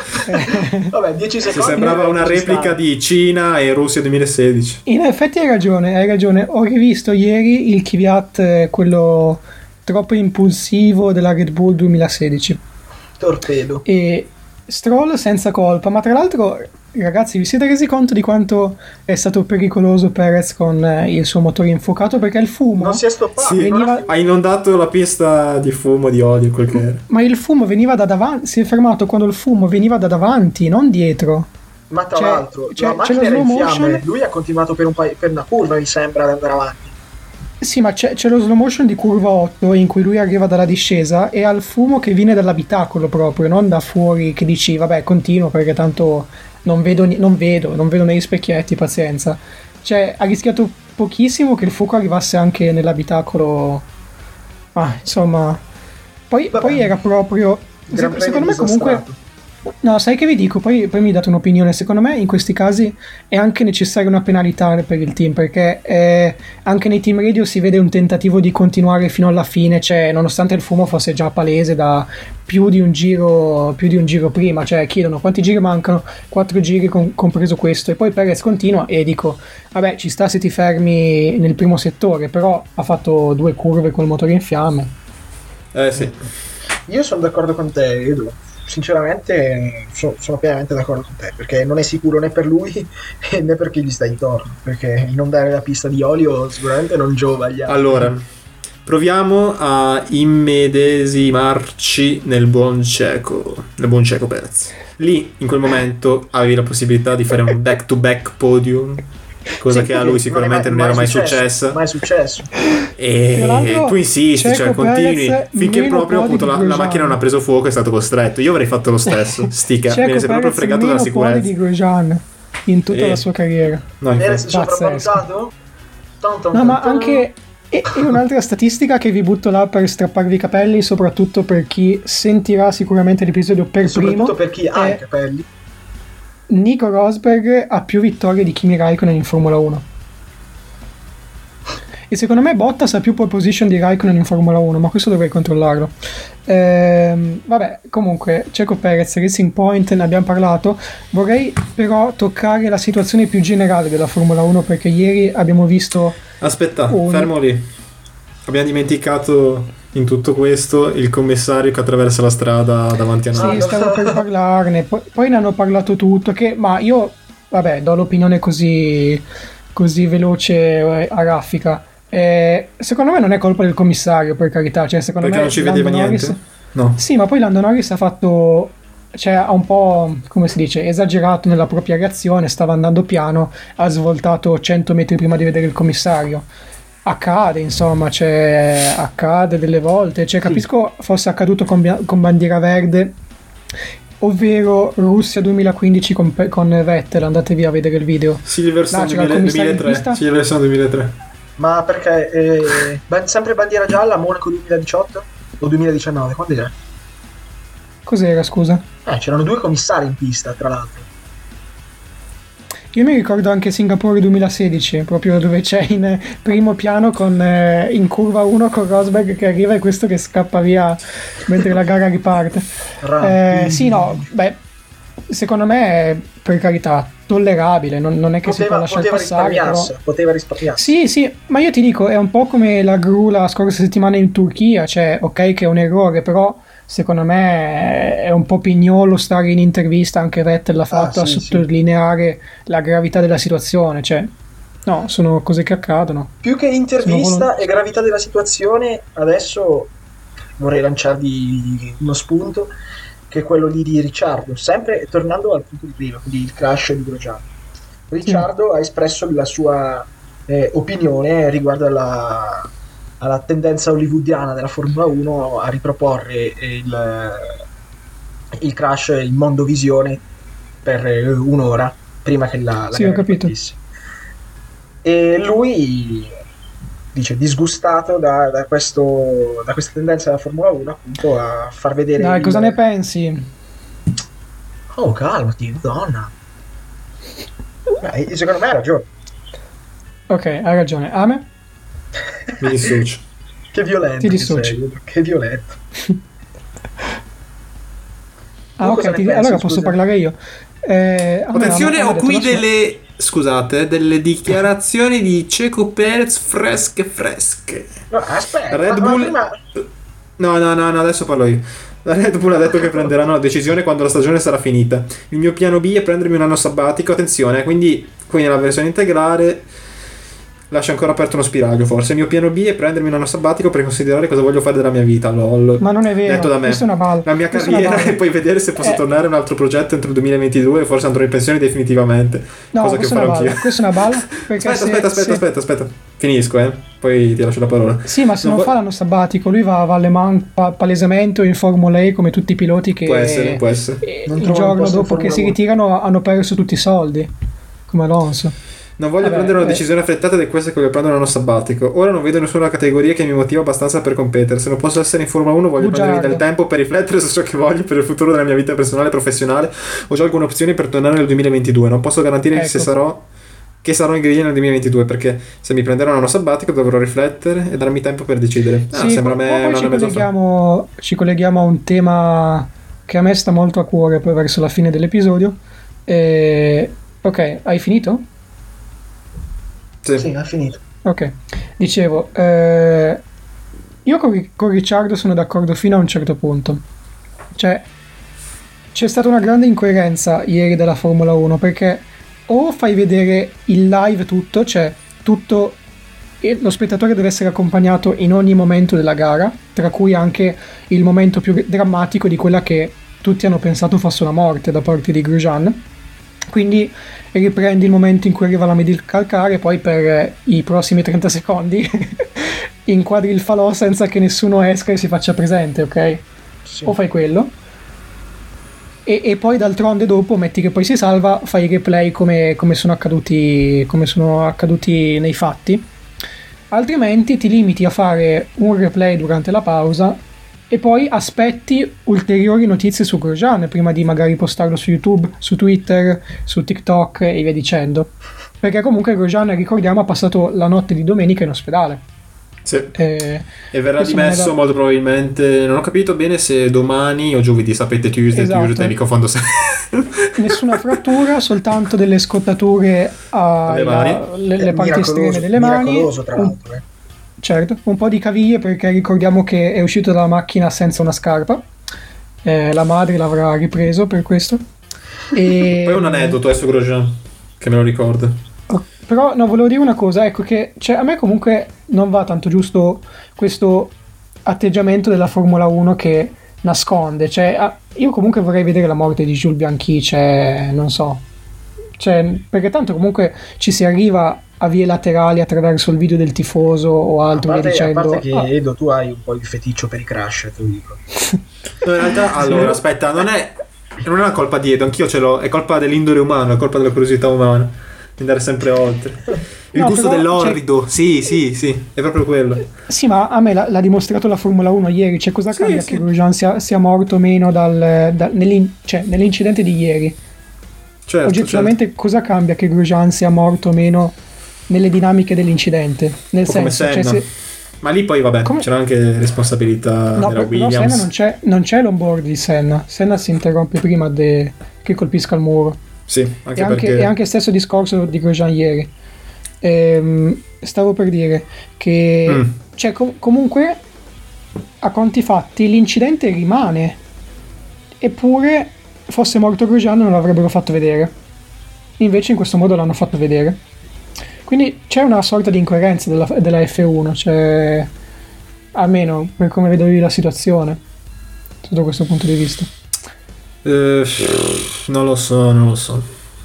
Eh, Vabbè, dieci Sì, secondi. sembrava una ci replica sta. di Cina e Russia duemilasedici. in effetti hai ragione, hai ragione. Ho rivisto ieri il Kvyat, eh, quello troppo impulsivo della Red Bull duemilasedici. Torpedo. E Stroll senza colpa, ma tra l'altro, ragazzi, vi siete resi conto di quanto è stato pericoloso Perez con eh, il suo motore infuocato? Perché il fumo, Non si è stoppato. Sì, non ha- veniva- ha inondato la pista di fumo, di olio, quel che era. ma il fumo veniva da davanti, si è fermato quando il fumo veniva da davanti, non dietro. Ma tra c'è- l'altro, c'è- la c'è macchina lo era in slow fiamme. motion. Lui ha continuato per, un paio- per una curva, mi sembra, ad andare avanti. Sì, ma c'è, c'è lo slow motion di curva otto in cui lui arriva dalla discesa e ha il fumo che viene dall'abitacolo proprio, non da fuori, che dici vabbè continuo perché tanto non vedo, ni- non vedo, non vedo negli specchietti, pazienza. Cioè ha rischiato pochissimo che il fuoco arrivasse anche nell'abitacolo. Ah, insomma. Poi, Vabbè. poi era proprio... Gran se- premio secondo me comunque... disastrato. No, sai che vi dico? Poi, poi mi date un'opinione. Secondo me in questi casi è anche necessaria una penalità per il team, perché eh, anche nei team radio si vede un tentativo di continuare fino alla fine, cioè nonostante il fumo fosse già palese da più di un giro, più di un giro prima, cioè chiedono quanti giri mancano, quattro giri con- compreso questo, e poi Perez continua e dico vabbè ci sta se ti fermi nel primo settore, però ha fatto due curve col motore in fiamme. Eh sì. Io sono d'accordo con te, Edu. Sinceramente so- sono pienamente d'accordo con te, perché non è sicuro né per lui né per chi gli sta intorno, perché inondare la pista di olio sicuramente non giova agli altri. Allora, proviamo a immedesimarci nel buon cieco, nel buon cieco Perez. Lì, in quel momento, avevi la possibilità di fare un back-to-back podium cosa Sì, che a quindi lui sicuramente non, era mai successo. Mai successo. E tu insisti, cioè Checo continui Perez, finché meno proprio podi appunto di la, la Grosjean. macchina non ha preso fuoco, è stato costretto. Io avrei fatto lo stesso. Stica, me ne Checo sei proprio Perez fregato della meno podi sicurezza. di Grosjean in tutta Eh. la sua carriera. No, Perez infatti. sopravvalutato? Ton, ton, No, ton, ma ton. anche e, e un'altra statistica che vi butto là per strapparvi i capelli, soprattutto per chi sentirà sicuramente l'episodio per Soprattutto primo. per chi ha è i capelli. Nico Rosberg ha più vittorie di Kimi Raikkonen in Formula uno. E secondo me Bottas ha più pole position di Raikkonen in Formula uno, ma questo dovrei controllarlo. Ehm, vabbè, comunque, Checo Perez, Racing Point, ne abbiamo parlato. Vorrei però toccare la situazione più generale della Formula uno, perché ieri abbiamo visto... Aspetta, un... fermo lì. Abbiamo dimenticato in tutto questo il commissario che attraversa la strada davanti a noi. Sì, stavo per parlarne. Poi, poi ne hanno parlato tutto, che, ma io, vabbè, do l'opinione così, così veloce eh, a raffica. Eh, secondo me non è colpa del commissario, per carità, cioè secondo Perché me non ci vedeva Lando niente? Norris- No. Sì, ma poi Lando Norris ha fatto, cioè ha un po', come si dice, esagerato nella propria reazione, stava andando piano, ha svoltato cento metri prima di vedere il commissario. Accade, insomma, cioè accade delle volte, cioè capisco fosse accaduto con, bia- con bandiera verde, ovvero Russia duemilaquindici con, Pe- con Vettel, andatevi a vedere il video. Silverstone Là c'era il commissario in duemilatré. pista. Silverstone duemilatré. Ma perché eh, ba- sempre bandiera gialla, Monaco duemiladiciotto o duemiladiciannove? Quando era? Cos'era, scusa? Eh, c'erano due commissari in pista, tra l'altro. Io mi ricordo anche Singapore duemilasedici, proprio dove c'è in eh, primo piano con, eh, in curva uno con Rosberg che arriva e questo che scappa via mentre la gara riparte. Eh, sì, no, beh, secondo me è, per carità, tollerabile, non, non è che si può Poteva, lasciare poteva passare, però... risparmiarsi, poteva risparmiarsi. Sì, sì, ma io ti dico, è un po' come la gru la scorsa settimana in Turchia, cioè, ok che è un errore, però secondo me è un po' pignolo stare in intervista, anche Vettel l'ha fatto, Ah, a sì, sottolineare la gravità della situazione, cioè, no, sono cose che accadono. Più che intervista Sono- e gravità della situazione, adesso vorrei lanciarvi uno spunto, che è quello lì di Ricciardo, sempre tornando al punto di prima, quindi il crash di Grosjean. Ricciardo ha espresso la sua eh, opinione riguardo alla, alla tendenza hollywoodiana della Formula uno a riproporre il, il crash in mondovisione per eh, un'ora prima che la, la Sì, gara ho capito. ripartisse. E lui dice disgustato da, da, questo, da questa tendenza della Formula uno appunto a far vedere Dai, il- cosa ne pensi? Oh, calmati, donna. Beh, secondo me ha ragione. Ok, hai ragione. Ame? Mi dissocio. Che violento Ti che dissoci. sei, che violento. Ah, Tu ok, cosa ne ti- pensi, allora posso scusa? parlare io. Eh, a me- Attenzione, a me- a me ho ha detto qui la sua- delle... Scusate, delle dichiarazioni di Checo Perez fresche fresche. No, aspetta, Red ma- ma Bull... prima- No, no, no, no, adesso parlo io. La Red Bull ha detto che prenderanno la decisione quando la stagione sarà finita. Il mio piano B è prendermi un anno sabbatico. Attenzione, quindi qui nella versione integrale lascia ancora aperto uno spiraglio, forse. Il mio piano B è prendermi un anno sabbatico per considerare cosa voglio fare della mia vita. Lol. Ma non è vero, Detto da me. questa è una balla. La mia Questa è una carriera balla. e poi vedere se posso Eh. tornare a un altro progetto entro il duemilaventidue e forse andrò in pensione definitivamente. No, cosa che questa è farò una balla. anch'io. Questa è una balla. Perché Aspetta, se- aspetta, aspetta, se- aspetta, aspetta. Finisco, eh. Poi ti lascio la parola. Sì, ma se Non non, vo- fa l'anno sabbatico, lui va, va alle Man pa- palesemente o in Formula E come tutti i piloti che Può essere, può essere. eh, Non il trovano giorno posto in dopo che Formula si uno. ritirano hanno perso tutti i soldi, come Alonso. Non voglio Vabbè, prendere una eh. decisione affrettata ed è questa che voglio prendere un anno sabbatico. Ora non vedo nessuna categoria che mi motiva abbastanza per competere. Se non posso essere in Formula uno voglio Bugiardo. prendermi del tempo per riflettere su ciò che voglio per il futuro della mia vita personale e professionale. Ho già alcune opzioni per tornare nel duemilaventidue. Non posso garantire se Ecco. sarò che sarò in griglia nel duemilaventidue, perché se mi prenderò un anno sabbatico dovrò riflettere e darmi tempo per decidere. Ah, Sì, sembra a poi- me poi un ci anno e mezzo fa. colleghiamo, ci colleghiamo a un tema che a me sta molto a cuore poi verso la fine dell'episodio. Eh, ok, hai finito? Sì. Sì, ha finito. Ok, dicevo, eh, io con, con Ricciardo sono d'accordo fino a un certo punto. Cioè, c'è stata una grande incoerenza ieri della Formula uno, perché o fai vedere il live tutto, cioè tutto, e lo spettatore deve essere accompagnato in ogni momento della gara, tra cui anche il momento più drammatico di quella che tutti hanno pensato fosse una morte da parte di Grosjean, quindi riprendi il momento in cui arriva la middle car car e poi per i prossimi trenta secondi inquadri il falò senza che nessuno esca e si faccia presente, ok? Sì. O fai quello e, e poi d'altronde dopo metti che poi si salva, fai i replay come, come sono accaduti come sono accaduti nei fatti, altrimenti ti limiti a fare un replay durante la pausa e poi aspetti ulteriori notizie su Grosjean prima di magari postarlo su YouTube, su Twitter, su TikTok e via dicendo, perché comunque Grosjean, ricordiamo, ha passato la notte di domenica in ospedale. Sì. Eh, e verrà questo dimesso da... molto probabilmente, non ho capito bene se domani o giovedì, sapete Tuesday, esatto. Tuesday, mi confondo sempre. Nessuna frattura, soltanto delle scottature alle mani, le, le parti estreme delle mani. Miracoloso tra l'altro, eh. Certo, un po' di caviglie perché ricordiamo che è uscito dalla macchina senza una scarpa, eh, la madre l'avrà ripreso per questo. E... poi un aneddoto è su Grosjean che me lo ricordo. Però no, volevo dire una cosa, ecco che cioè, a me comunque non va tanto giusto questo atteggiamento della Formula uno che nasconde, cioè ah, io comunque vorrei vedere la morte di Jules Bianchi, cioè non so, cioè, perché tanto comunque ci si arriva a vie laterali attraverso il video del tifoso o altro, a parte, dicendo, a parte che ah. Edo, tu hai un po' il feticcio per i crash, te lo dico. No, in realtà allora aspetta, non è non è una colpa di Edo, anch'io ce l'ho, è colpa dell'indole umana, è colpa della curiosità umana di andare sempre oltre. Il no, gusto però, dell'orrido, cioè... sì, sì, sì, è proprio quello. Sì, ma a me l'ha, l'ha dimostrato la Formula uno ieri, cioè cosa sì, cambia sì. che Grosjean sia, sia morto o meno dal, dal, nell'in, cioè, nell'incidente di ieri? Certo, oggettivamente certo. cosa cambia che Grosjean sia morto o meno nelle dinamiche dell'incidente? Nel come senso, Senna. cioè, se... ma lì poi vabbè come... c'era anche responsabilità no, della però Williams. Senna non c'è, non c'è l'onboard di Senna. Senna si interrompe prima de... che colpisca il muro. Sì, anche e, anche, perché... e anche stesso discorso di Grosjean ieri. Ehm, stavo per dire che mm. cioè, com- comunque a conti fatti l'incidente rimane, eppure fosse morto Grosjean non l'avrebbero fatto vedere, invece in questo modo l'hanno fatto vedere, quindi c'è una sorta di incoerenza della, della F uno, cioè, almeno per come vedo io la situazione sotto questo punto di vista. Eh, non lo so, non lo so.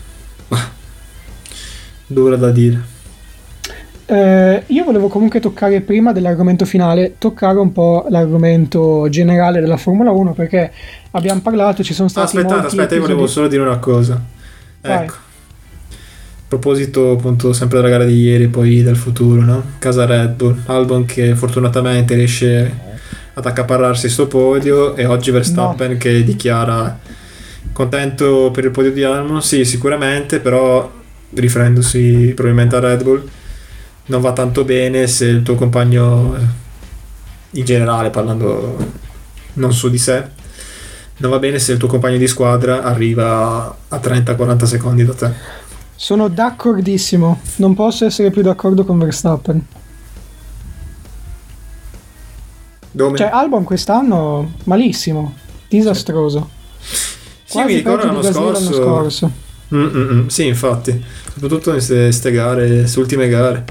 Dura da dire. Eh, io volevo comunque toccare, prima dell'argomento finale, toccare un po' l'argomento generale della Formula uno, perché abbiamo parlato, ci sono stati aspettate, molti aspetta, io episodi... volevo solo dire una cosa. Vai. Ecco. A proposito appunto sempre della gara di ieri, poi del futuro, no? Casa Red Bull, Albon che fortunatamente riesce ad accaparrarsi sto podio, e oggi Verstappen no. che dichiara contento per il podio di Albon, sì, sicuramente, però riferendosi probabilmente a Red Bull, non va tanto bene se il tuo compagno, in generale parlando non su di sé, non va bene se il tuo compagno di squadra arriva a trenta quaranta secondi da te. Sono d'accordissimo, non posso essere più d'accordo con Verstappen. Dove? Cioè Albon quest'anno malissimo, disastroso. Sì, mi ricordo l'anno scorso. l'anno scorso. Mm-mm, sì, infatti, soprattutto in queste gare, queste ultime gare.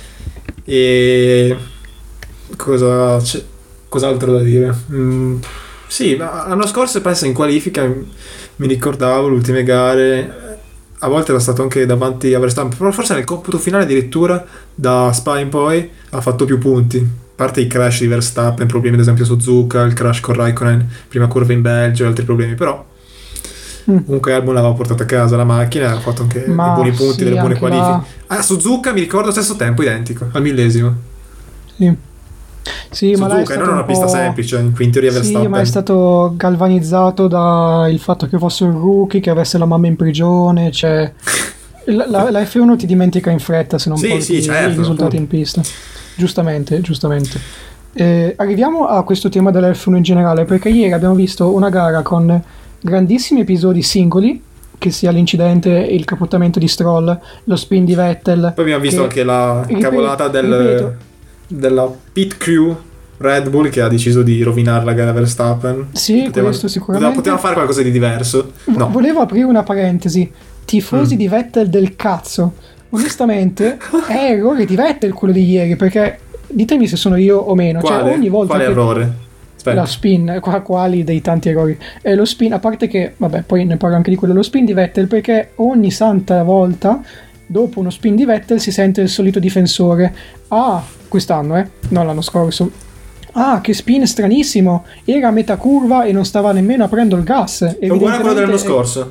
E cosa c'è, cos'altro da dire? Mm, sì, ma l'anno scorso penso in qualifica mi ricordavo le ultime gare, a volte era stato anche davanti a Verstappen, però forse nel computo finale addirittura da Spa in poi ha fatto più punti, a parte i crash di Verstappen, problemi ad esempio su Zucca, il crash con Raikkonen, prima curva in Belgio e altri problemi, però mm. comunque Albon l'aveva portato a casa la macchina, ha fatto anche Ma dei buoni punti, sì, delle buone qualifiche. La... Ah, Suzuka mi ricordo stesso tempo, identico, al millesimo. Sì. Sì, Suzuka, ma è non è una un pista po'... semplice, in cui in teoria Verstappen. Sì, ma è stato galvanizzato dal fatto che fosse un rookie, che avesse la mamma in prigione, cioè... la, la, la F uno ti dimentica in fretta se non sì, porti sì, certo, i risultati appunto. in pista. Giustamente, giustamente. Eh, arriviamo a questo tema della F uno in generale, perché ieri abbiamo visto una gara con grandissimi episodi singoli, che sia l'incidente, il capottamento di Stroll, lo spin di Vettel. Poi abbiamo visto che, anche la ripeto, cavolata del, ripeto, della pit crew Red Bull che ha deciso di rovinare la gara Verstappen. Sì, poteva, questo sicuramente. poteva fare qualcosa di diverso. No. Volevo aprire una parentesi. Tifosi mm. di Vettel del cazzo. Onestamente è errore di Vettel quello di ieri, perché ditemi se sono io o meno. Quale? Cioè, ogni volta Quale che... errore? Aspetta. La spin, qua, quali dei tanti errori. E lo spin, a parte che, vabbè, poi ne parlo anche di quello, lo spin di Vettel, perché ogni santa volta, dopo uno spin di Vettel, si sente il solito difensore. Ah, quest'anno, eh? No, l'anno scorso. Ah, che spin stranissimo! Era a metà curva e non stava nemmeno aprendo il gas. È uguale a quello dell'anno scorso.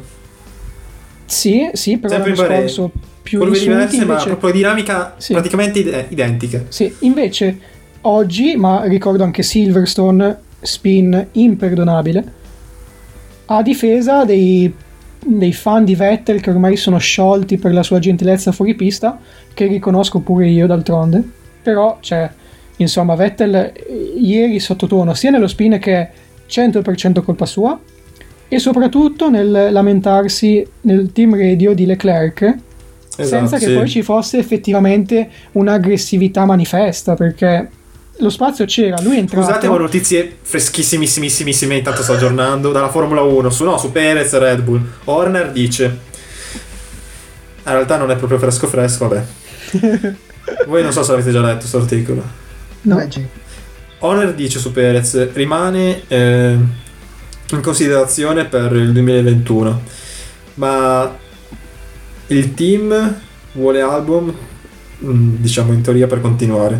Sì, sì, però Sempre l'anno in scorso più curve insulti, diverse, invece... ma proprio dinamica Sì. praticamente ide- identica. Sì, invece oggi, ma ricordo anche Silverstone, spin imperdonabile, a difesa dei, dei fan di Vettel che ormai sono sciolti per la sua gentilezza fuori pista, che riconosco pure io d'altronde, però cioè, insomma, Vettel eh, ieri sottotono sia nello spin che è cento per cento colpa sua, e soprattutto nel lamentarsi nel team radio di Leclerc, Esatto, senza che sì. poi ci fosse effettivamente un'aggressività manifesta, perché lo spazio c'era, lui è entrato. Scusate, ma notizie freschissimissimissime, intanto sto aggiornando dalla Formula uno su, no, su Perez e Red Bull. Horner dice, in realtà non è proprio fresco fresco, vabbè. Voi non so se avete già letto questo articolo. No. Leggi. Horner dice su Perez, rimane eh, in considerazione per il duemilaventuno, ma il team vuole Albon, mh, diciamo in teoria, per continuare.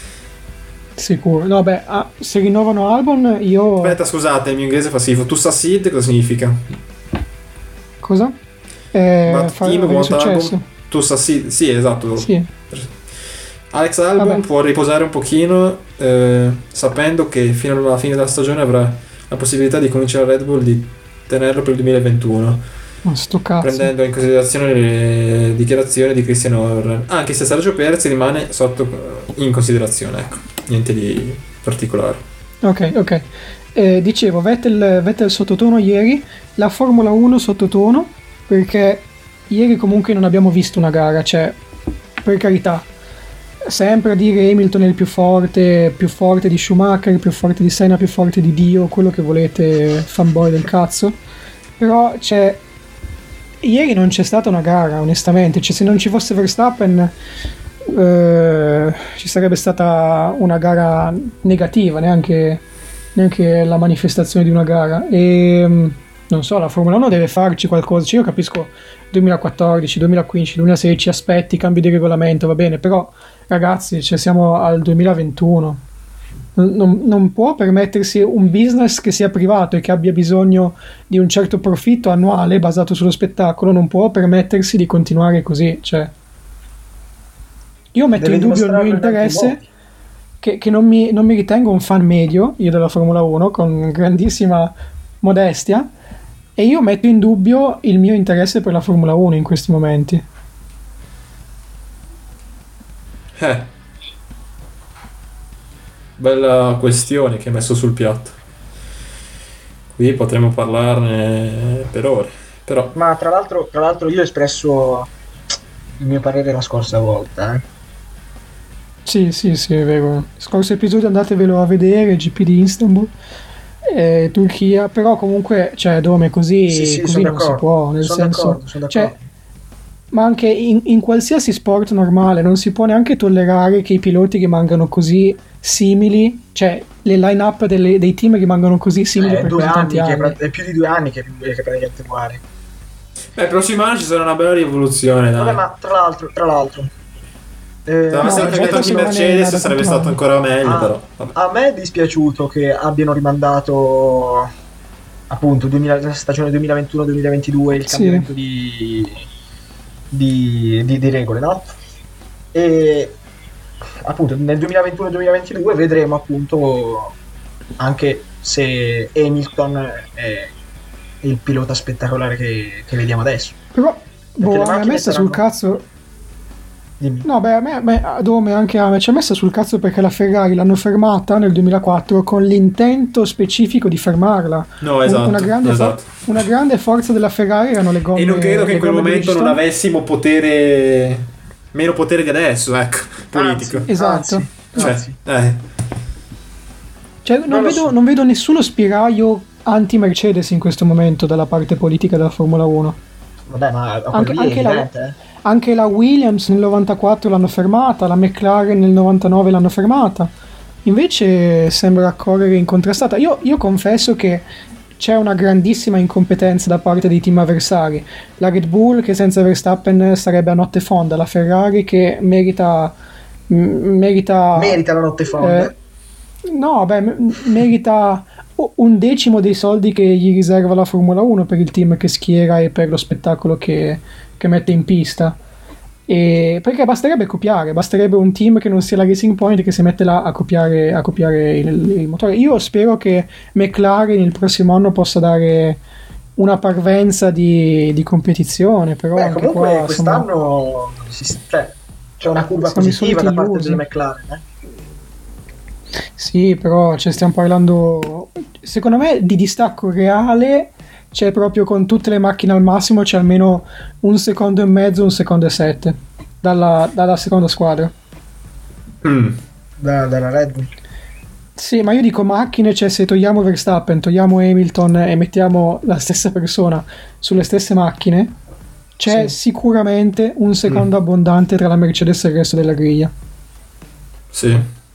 Sicuro, no, beh, ah, se rinnovano Albon io. Aspetta, scusate, il mio inglese fa schifo. Tu succeed cosa significa? Cosa? Eh, But fare team avere want successo. Albon. Tu succeed, sì, esatto. Sì. Alex Albon Vabbè. può riposare un pochino, eh, sapendo che fino alla fine della stagione avrà la possibilità di convincere la Red Bull di tenerlo per il duemilaventuno, Ma sto cazzo. prendendo in considerazione le dichiarazioni di Christian Horner, anche se Sergio Perez rimane sotto in considerazione, ecco, niente di particolare. Ok, ok. Eh, dicevo, Vettel, Vettel sottotono ieri, la Formula uno sottotono, perché ieri comunque non abbiamo visto una gara, cioè, per carità, sempre a dire Hamilton è il più forte, più forte di Schumacher, più forte di Senna, più forte di Dio, quello che volete, fanboy del cazzo, però c'è... Ieri non c'è stata una gara, onestamente, cioè se non ci fosse Verstappen eh, ci sarebbe stata una gara negativa, neanche, neanche la manifestazione di una gara. E non so, la Formula uno deve farci qualcosa, cioè, io capisco duemilaquattordici, duemilaquindici, duemilasedici aspetti, cambi di regolamento, va bene, però ragazzi, cioè, siamo al duemilaventuno. Non, non può permettersi un business che sia privato e che abbia bisogno di un certo profitto annuale basato sullo spettacolo, non può permettersi di continuare così, cioè. Io metto Deve in dubbio il mio dimostrarlo in altri interesse, modi. che, che non, mi, non mi ritengo un fan medio io della Formula uno, con grandissima modestia, e io metto in dubbio il mio interesse per la Formula uno in questi momenti. Eh. Bella questione che hai messo sul piatto. Qui potremmo parlarne per ore, però Ma tra l'altro, tra l'altro io ho espresso il mio parere la scorsa volta, eh. Sì, sì, sì, è vero. Scorso episodio andatevelo a vedere, G P di Istanbul, eh, Turchia, però comunque, cioè, Dome, così, Sì, sì, così sono non si d'accordo. può, nel Sono senso... d'accordo, sono Cioè, d'accordo. ma anche in, in qualsiasi sport normale non si può neanche tollerare che i piloti rimangano così simili, cioè le line-up delle- dei team rimangano così simili È per due così anni, tanti che anni. è, pra- è più di due anni che, che praticamente muore. beh, il prossimo anno ci sarà una bella rivoluzione, dai. Vabbè, ma tra l'altro, tra l'altro, eh, Se no, avessero no, cambiato Vettel anche secondo me Mercedes da sarebbe quattro stato ancora meglio, Ah, però vabbè. a me è dispiaciuto che abbiano rimandato appunto duemila la stagione duemilaventuno duemilaventidue il Sì. cambiamento di, di, di- di regole, no? E appunto nel duemilaventuno duemilaventidue vedremo appunto anche se Hamilton è il pilota spettacolare che, che vediamo adesso. Però, boh, le a me ha macchine messa sul saranno- cazzo... Dimmi. No, beh, a me, a me a Dome anche a me ci ha messa sul cazzo perché la Ferrari l'hanno fermata nel duemilaquattro con l'intento specifico di fermarla. No, Un- esatto, una, grande for- esatto. una grande forza della Ferrari erano le gomme. E non credo che le in quel gomme momento non Bridgestone. avessimo potere, meno potere di adesso, ecco, politico. Anzi, Esatto. anzi, Cioè, anzi. eh. Cioè, non, Non lo vedo, so. non vedo nessuno spiraglio anti-Mercedes in questo momento dalla parte politica della Formula uno. Vabbè, ma a Anche- quello lì è anche la- evidente, eh. Anche la Williams nel novantaquattro l'hanno fermata, la McLaren nel novantanove l'hanno fermata. invece sembra correre incontrastata. Io, io confesso che c'è una grandissima incompetenza da parte dei team avversari. La Red Bull che senza Verstappen sarebbe a notte fonda, la Ferrari che merita m- merita Merita la notte fonda. eh, no, beh, m- merita un decimo dei soldi che gli riserva la Formula uno per il team che schiera e per lo spettacolo che, che mette in pista. E perché basterebbe copiare, basterebbe un team che non sia la Racing Point che si mette là a copiare, a copiare il, il motore. Io spero che McLaren il prossimo anno possa dare una parvenza di, di competizione, però Beh, anche comunque qua, quest'anno si- cioè, c'è una curva siamo i positiva soliti da parte illusi. delle McLaren. Eh? sì, però cioè, stiamo parlando, secondo me, di distacco reale. C'è proprio con tutte le macchine al massimo, c'è almeno un secondo e mezzo, un secondo e sette dalla, dalla seconda squadra. Mm. Da- dalla Red Bull. Sì, ma io dico macchine, cioè se togliamo Verstappen, togliamo Hamilton e mettiamo la stessa persona sulle stesse macchine, c'è Sì. sicuramente un secondo Mm. abbondante tra la Mercedes e il resto della griglia. Sì.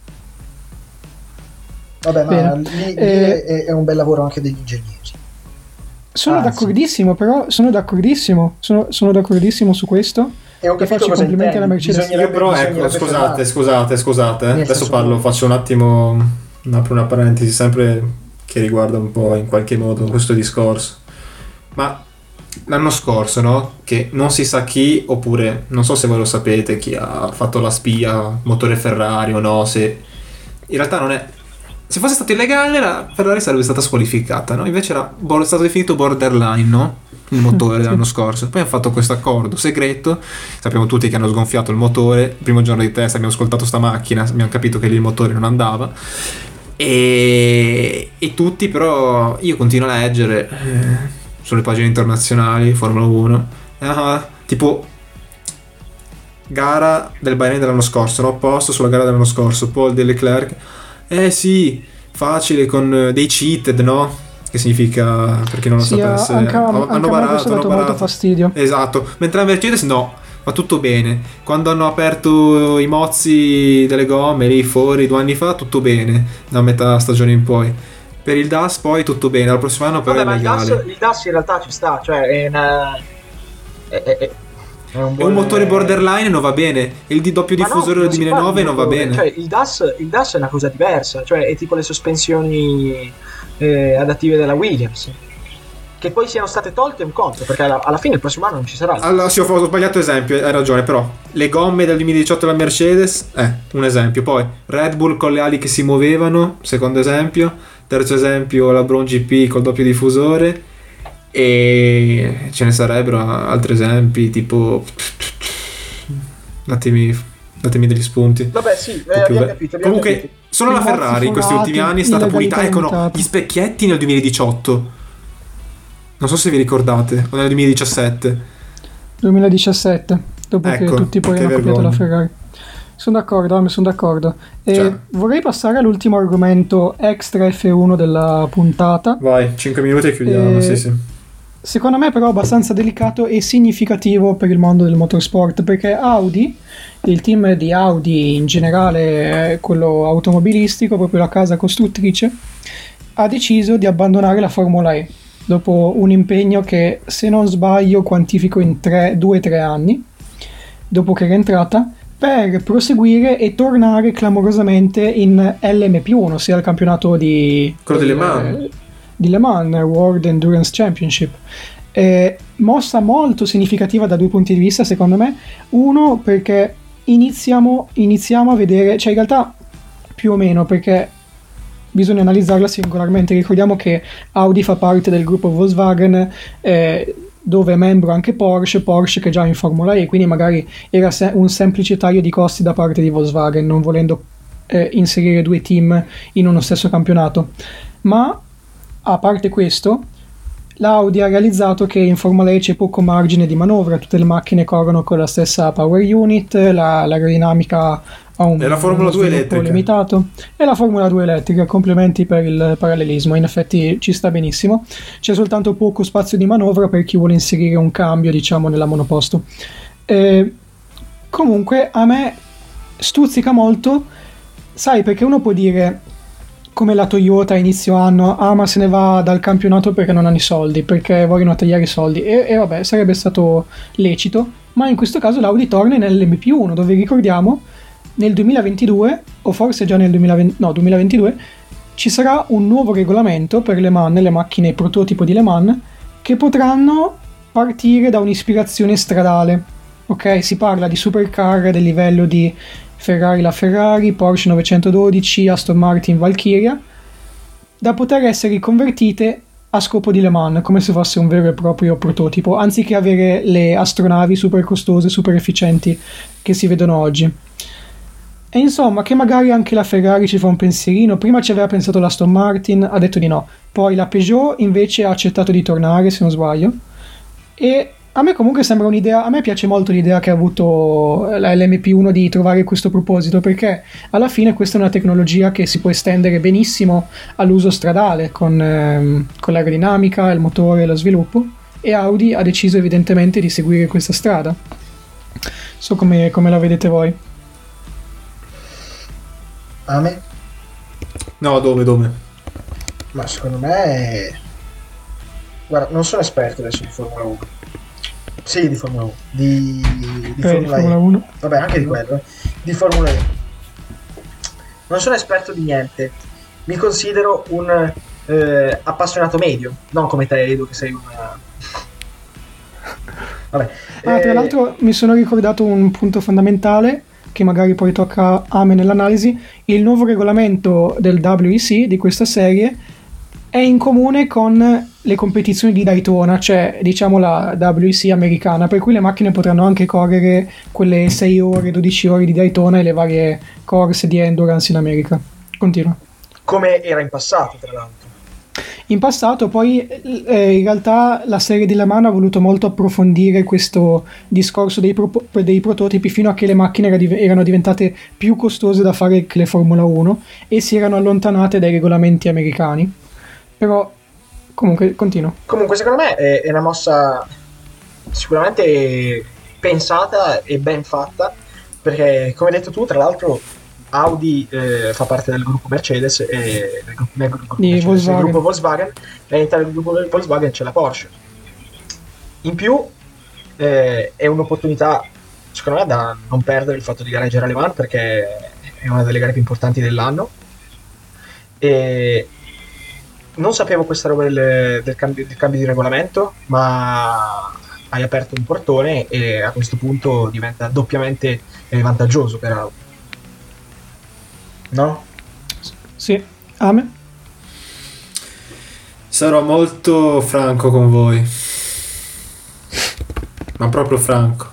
Vabbè, ma Bene. lì, lì Eh, è, è un bel lavoro anche degli ingegneri. Sono Ah, d'accordissimo, però sono d'accordissimo, sono, sono d'accordissimo su questo. E ho E capito faccio i cosa complimenti alla intendi. Mercedes. Io però, ecco, bisognerebbe scusate, fermare. scusate, scusate, eh. Nel adesso senso- parlo, faccio un attimo, apro una parentesi sempre che riguarda un po' in qualche modo questo discorso. Ma l'anno scorso, no? Che non si sa chi, oppure non so se voi lo sapete, chi ha fatto la spia, motore Ferrari o no, se in realtà non è. Se fosse stato illegale, la Ferrari sarebbe stata squalificata, no? Invece era bo- stato definito borderline, no? Il motore dell'anno scorso. Poi hanno fatto questo accordo segreto. Sappiamo tutti che hanno sgonfiato il motore. Il primo giorno di test abbiamo ascoltato sta macchina, abbiamo capito che lì il motore non andava. E, e tutti, però, io continuo a leggere eh, sulle pagine internazionali, Formula uno, ah, tipo gara del Bahrain dell'anno scorso, no? Posto sulla gara dell'anno scorso, Paul de Leclerc. Eh sì, facile con eh, dei cheated, no? Che significa, per chi non lo Sì, sapesse, anche, a- hanno anche a me barato, questo ha hanno dato molto barato. fastidio. Esatto, mentre la Mercedes no, va tutto bene. Quando hanno aperto i mozzi delle gomme lì fuori due anni fa, tutto bene, da metà stagione in poi. Per il D A S poi tutto bene, al prossimo anno però Vabbè, ma è il D A S, legale. il D A S in realtà ci sta, cioè è, una, è, è- è- è un, E buon- un motore borderline non va bene, e il di doppio Ma no, diffusore del si parla duemilanove di non va motore, bene. Cioè, il D A S, il D A S è una cosa diversa, cioè è tipo le sospensioni eh, adattive della Williams. Che poi siano state tolte è un conto, perché alla, alla fine il prossimo anno non ci sarà. Allora, sì, ho ho sbagliato esempio, hai ragione, però le gomme del duemiladiciotto della Mercedes, eh, un esempio. Poi Red Bull con le ali che si muovevano, secondo esempio. Terzo esempio, la Brown G P col doppio diffusore. E ce ne sarebbero altri esempi, tipo datemi, datemi degli spunti. Vabbè, sì, eh, Un po' più abbiamo be- capito, abbiamo Comunque, capito. solo la I mozzi Ferrari in questi forati, ultimi anni è stata illegalità pulita. Ecco, no, limitata. gli specchietti nel duemiladiciotto. Non so se vi ricordate, o nel duemiladiciassette. duemiladiciassette, dopo che Ecco, tutti poi che hanno copiato la vergogna. Ferrari. Sono d'accordo, Ame, sono d'accordo. E Cioè. vorrei passare all'ultimo argomento extra F uno della puntata. Vai, cinque minuti e chiudiamo, Eh, sì sì. Secondo me però abbastanza delicato e significativo per il mondo del motorsport, perché Audi, il team di Audi in generale, eh, quello automobilistico, proprio la casa costruttrice, ha deciso di abbandonare la Formula E dopo un impegno che, se non sbaglio, quantifico in due tre anni dopo che era entrata, per proseguire e tornare clamorosamente in L M P uno, ossia il campionato di Quello di Le eh, Mans. di Le Mans, World Endurance Championship. Eh, mossa molto significativa da due punti di vista, secondo me. Uno, perché iniziamo, iniziamo a vedere, cioè in realtà più o meno, perché bisogna analizzarla singolarmente. Ricordiamo che Audi fa parte del gruppo Volkswagen, eh, dove è membro anche Porsche, Porsche che è già in Formula E, quindi magari era se- un semplice taglio di costi da parte di Volkswagen, non volendo eh, inserire due team in uno stesso campionato. Ma a parte questo, l'Audi ha realizzato che in Formula E c'è poco margine di manovra, tutte le macchine corrono con la stessa power unit, la, l'aerodinamica ha un, E la Formula uno due sviluppo elettrica. limitato, e la Formula due elettrica, complimenti per il parallelismo, in effetti ci sta benissimo, c'è soltanto poco spazio di manovra per chi vuole inserire un cambio, diciamo, nella monoposto. Eh, comunque a me stuzzica molto sai, perché uno può dire, come la Toyota a inizio anno, ah ma se ne va dal campionato perché non hanno i soldi, perché vogliono tagliare i soldi, e, e vabbè, sarebbe stato lecito, ma in questo caso l'Audi torna nell'M P uno, dove ricordiamo nel duemilaventidue, o forse già nel duemilaventi, no, duemilaventidue, ci sarà un nuovo regolamento per Le Mans, le macchine prototipo di Le Mans, che potranno partire da un'ispirazione stradale. Ok, si parla di supercar del livello di Ferrari la Ferrari, Porsche novecentododici, Aston Martin Valkyria, da poter essere riconvertite a scopo di Le Mans, come se fosse un vero e proprio prototipo, anziché avere le astronavi super costose, super efficienti che si vedono oggi. E insomma, che magari anche la Ferrari ci fa un pensierino. Prima ci aveva pensato l'Aston Martin, ha detto di no. Poi la Peugeot invece ha accettato di tornare, se non sbaglio. E a me comunque sembra un'idea, a me piace molto l'idea che ha avuto la L M P uno di trovare questo proposito, perché alla fine questa è una tecnologia che si può estendere benissimo all'uso stradale, con, ehm, con l'aerodinamica, il motore e lo sviluppo, e Audi ha deciso evidentemente di seguire questa strada. So come, come la vedete voi. A me? No, dove, dove? Ma secondo me... Guarda, non sono esperto adesso di Formula uno. Sì, di Formula uno. Di, di Eh, Formula, di Formula uno. Vabbè, anche di quello. di Formula uno. Non sono esperto di niente. Mi considero un eh, appassionato medio, non come te, Edo, che sei una... Vabbè. Ah, tra eh, l'altro mi sono ricordato un punto fondamentale che magari poi tocca a me nell'analisi. Il nuovo regolamento del W E C di questa serie è in comune con le competizioni di Daytona, cioè diciamo la W E C americana, per cui le macchine potranno anche correre quelle sei ore, dodici ore di Daytona e le varie corse di endurance in America. Continua. come era in passato, tra l'altro. In passato poi eh, in realtà la serie di Le Mans ha voluto molto approfondire questo discorso dei, pro- dei prototipi, fino a che le macchine era div- erano diventate più costose da fare che le Formula uno e si erano allontanate dai regolamenti americani. Però comunque continuo. Comunque secondo me è, è una mossa sicuramente pensata e ben fatta, perché come hai detto tu, tra l'altro Audi eh, fa parte del gruppo Mercedes e del gruppo, del gruppo, Di Mercedes, Volkswagen. del gruppo Volkswagen, e all'interno del gruppo del Volkswagen c'è la Porsche. In più eh, è un'opportunità secondo me da non perdere il fatto di gareggiare a Le Mans, perché è una delle gare più importanti dell'anno. E non sapevo questa roba del, del, cambio, del cambio di regolamento, ma hai aperto un portone e a questo punto diventa doppiamente eh, vantaggioso per Audi. No? Sì, Ame? Sarò molto franco con voi, ma proprio franco.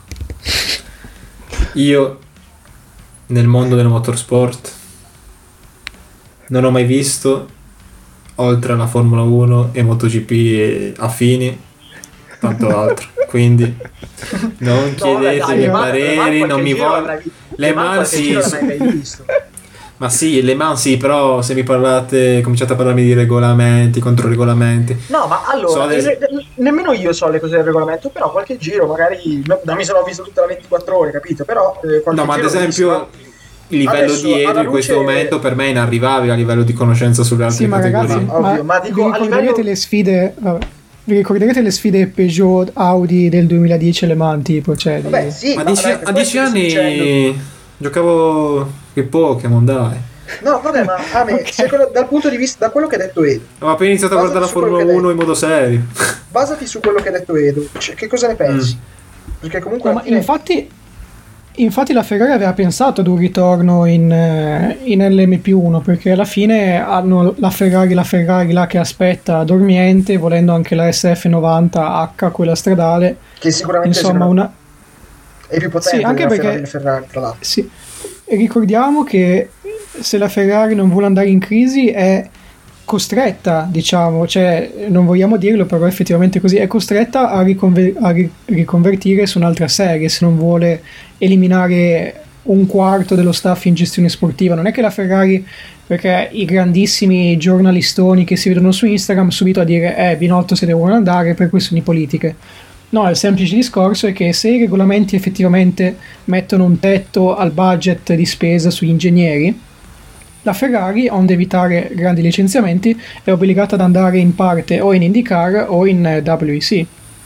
Io nel mondo del motorsport non ho mai visto, oltre alla Formula uno e MotoGP e affini, tanto altro. Quindi non chiedetemi pareri, non mi voglio. Le Mans sì, ma sì, Le Mans sì, però se mi parlate, cominciate a parlarmi di regolamenti, controregolamenti. No, ma allora, So del- il- nemmeno io so le cose del regolamento, però qualche giro magari, no, non mi sono visto tutta la ventiquattro ore, capito? Però eh, qualche No, ma ad giro l'ho esempio visto. il livello Adesso, di Edo alla in questo luce- momento per me è inarrivabile a livello di conoscenza sulle altre Sì, ma categorie. ragazzi, Ovvio, ma, ma dico, vi a ricorderete livello- le sfide, vabbè, vi ricorderete le sfide Peugeot, Audi del duemiladieci Le Mans, tipo, cioè di- Vabbè, sì, Ma a ma dieci, vabbè, per a dieci questo ti sto anni dicendo. giocavo che Pokémon, dai. No, vabbè, ma a me, Ok. secondo- dal punto di vista, da quello che ha detto Edo, Ho appena iniziato a Basati guardare la su quello Formula che uno hai in modo serio. basati su quello che ha detto Edo, cioè, che cosa ne pensi? Perché comunque No, alla ma fine- infatti, infatti la Ferrari aveva pensato ad un ritorno in, eh, in L M P uno, perché alla fine hanno la Ferrari, la Ferrari là che aspetta dormiente, volendo anche la S F novanta H, quella stradale. che sicuramente Insomma, sembra- una... è più potente Sì, anche della perché- Ferrari e Ferrari, tra l'altro. Sì. E ricordiamo che se la Ferrari non vuole andare in crisi è costretta, diciamo, cioè non vogliamo dirlo, però effettivamente così, è costretta a, riconver- a ri- riconvertire su un'altra serie se non vuole eliminare un quarto dello staff in gestione sportiva. Non è che la Ferrari, perché i grandissimi giornalistoni che si vedono su Instagram subito a dire eh Binotto se ne vuole andare per questioni politiche. No, il semplice discorso è che se i regolamenti effettivamente mettono un tetto al budget di spesa sugli ingegneri, La Ferrari, onde evitare grandi licenziamenti, è obbligata ad andare in parte o in IndyCar o in eh, W E C.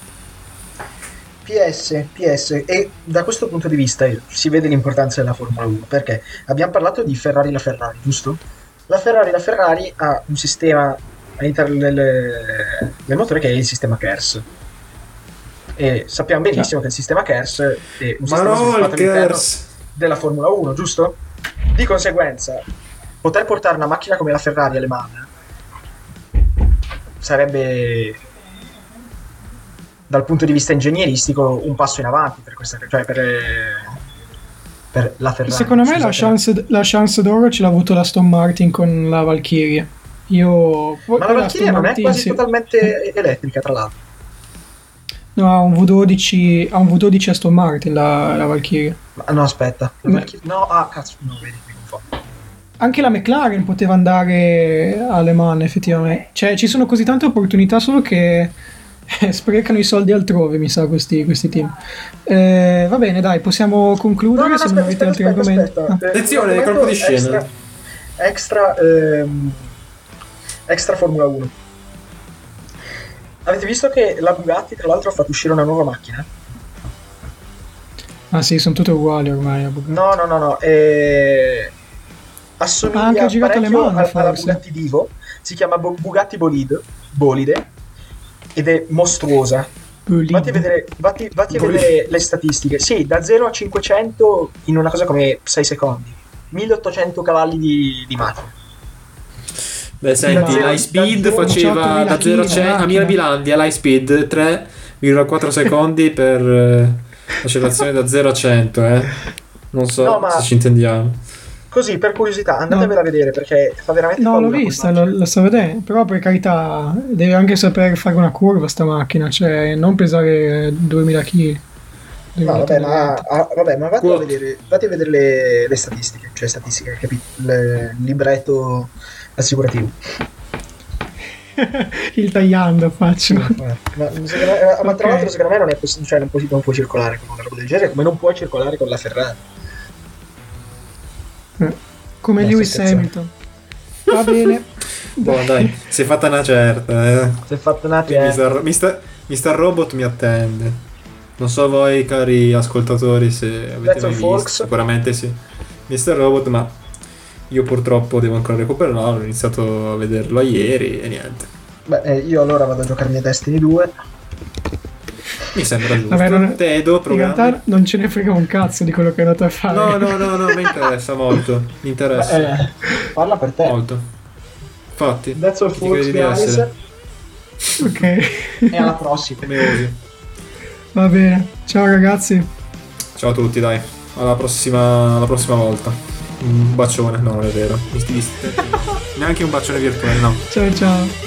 P S, P S, e da questo punto di vista eh, si vede l'importanza della Formula uno, perché abbiamo parlato di Ferrari la Ferrari, giusto? La Ferrari la Ferrari ha un sistema all'interno del, del motore che è il sistema K E R S. E sappiamo benissimo che il sistema K E R S è un Ma sistema no, sviluppato il all'interno Kers. della Formula uno, giusto? Di conseguenza, poter portare una macchina come la Ferrari alle mani sarebbe, dal punto di vista ingegneristico, un passo in avanti per questa, cioè per, per la Ferrari. Secondo me la scusate. chance, la chance d'oro ce l'ha avuto l'Aston Martin con la Valkyrie. Io Ma la poi Valkyria non è Martin quasi sì. totalmente elettrica, tra l'altro. No, ha un V dodici, ha un V dodici Aston Martin la, la Valkyrie. Ma no, aspetta. La Ma- Valkyria- No, ah, cazzo, no, vedi, mi confondo. Anche la McLaren poteva andare alle mani, effettivamente. Cioè, ci sono così tante opportunità, solo che eh, sprecano i soldi altrove, mi sa, questi, questi team. Eh, va bene, dai, possiamo concludere No, no, se no, non aspetta, avete aspetta, altri aspetta, argomenti. aspetta. Eh, Attenzione, un colpo di argomento scena. Extra, extra, ehm, extra Formula uno. Avete visto che la Bugatti, tra l'altro, ha fatto uscire una nuova macchina? Ah sì, sono tutte uguali ormai. a Bugatti. No, no, no, no. Eh, Ha assomiglia anche girato le parecchio mani, a- alla forse. Bugatti Divo. Si chiama Bo- Bugatti Bolide, Bolide ed è mostruosa. Bolide. Vatti a vedere, vatti, vatti a Bolide. vedere le statistiche. Sì, da zero a cinquecento in una cosa come sei secondi. milleottocento cavalli di, di macchina. Beh, senti, Da- l'high speed da- faceva da zero a cento a Mirabilandia, l'high speed tre virgola quattro secondi per eh, accelerazione da zero a cento, eh. Non so No, ma- se ci intendiamo. Così, per curiosità, andatevela No. a vedere perché fa veramente No, l'ho paura quella vista, macchina. lo, lo sto vedendo, però per carità deve anche saper fare una curva sta macchina, cioè non pesare duemila chili. No, vabbè, ma, ah, vabbè, ma vatti a Quote. vedere, vatti a vedere le, le statistiche, cioè statistiche, capito? Il libretto assicurativo. Il tagliando faccio. Ma, secondo me- ma tra Ok. l'altro secondo me non è possibile, cioè non puoi, non puoi circolare con una roba del genere, come non puoi circolare con la Ferrari. Come No, Lewis sto scherzando. Hamilton. Va bene. Boh, dai, si è fatta una certa, eh. Si è fatto una Quindi mister, mister, mister Robot mi attende. Non so voi, cari ascoltatori, se avete That's mai all, visto. folks. Sicuramente sì. mister Robot, ma io purtroppo devo ancora recuperarlo. Ho iniziato a vederlo ieri e niente. Beh, eh, io allora vado a giocarmi a Destiny due. Mi sembra giusto. Vabbè, non- Tedo, In programmi. realtà non ce ne frega un cazzo di quello che è andato a fare. No, no, no, no, mi interessa molto. Mi interessa Eh, parla per te. molto. Infatti, That's all, ti folks, credi di guys. essere Ok. E alla prossima. come usi. Va bene. Ciao ragazzi. Ciao a tutti, dai. Alla prossima, alla prossima volta. Un bacione, no, non è vero. Mi sti- Neanche un bacione virtuale, no. Ciao ciao.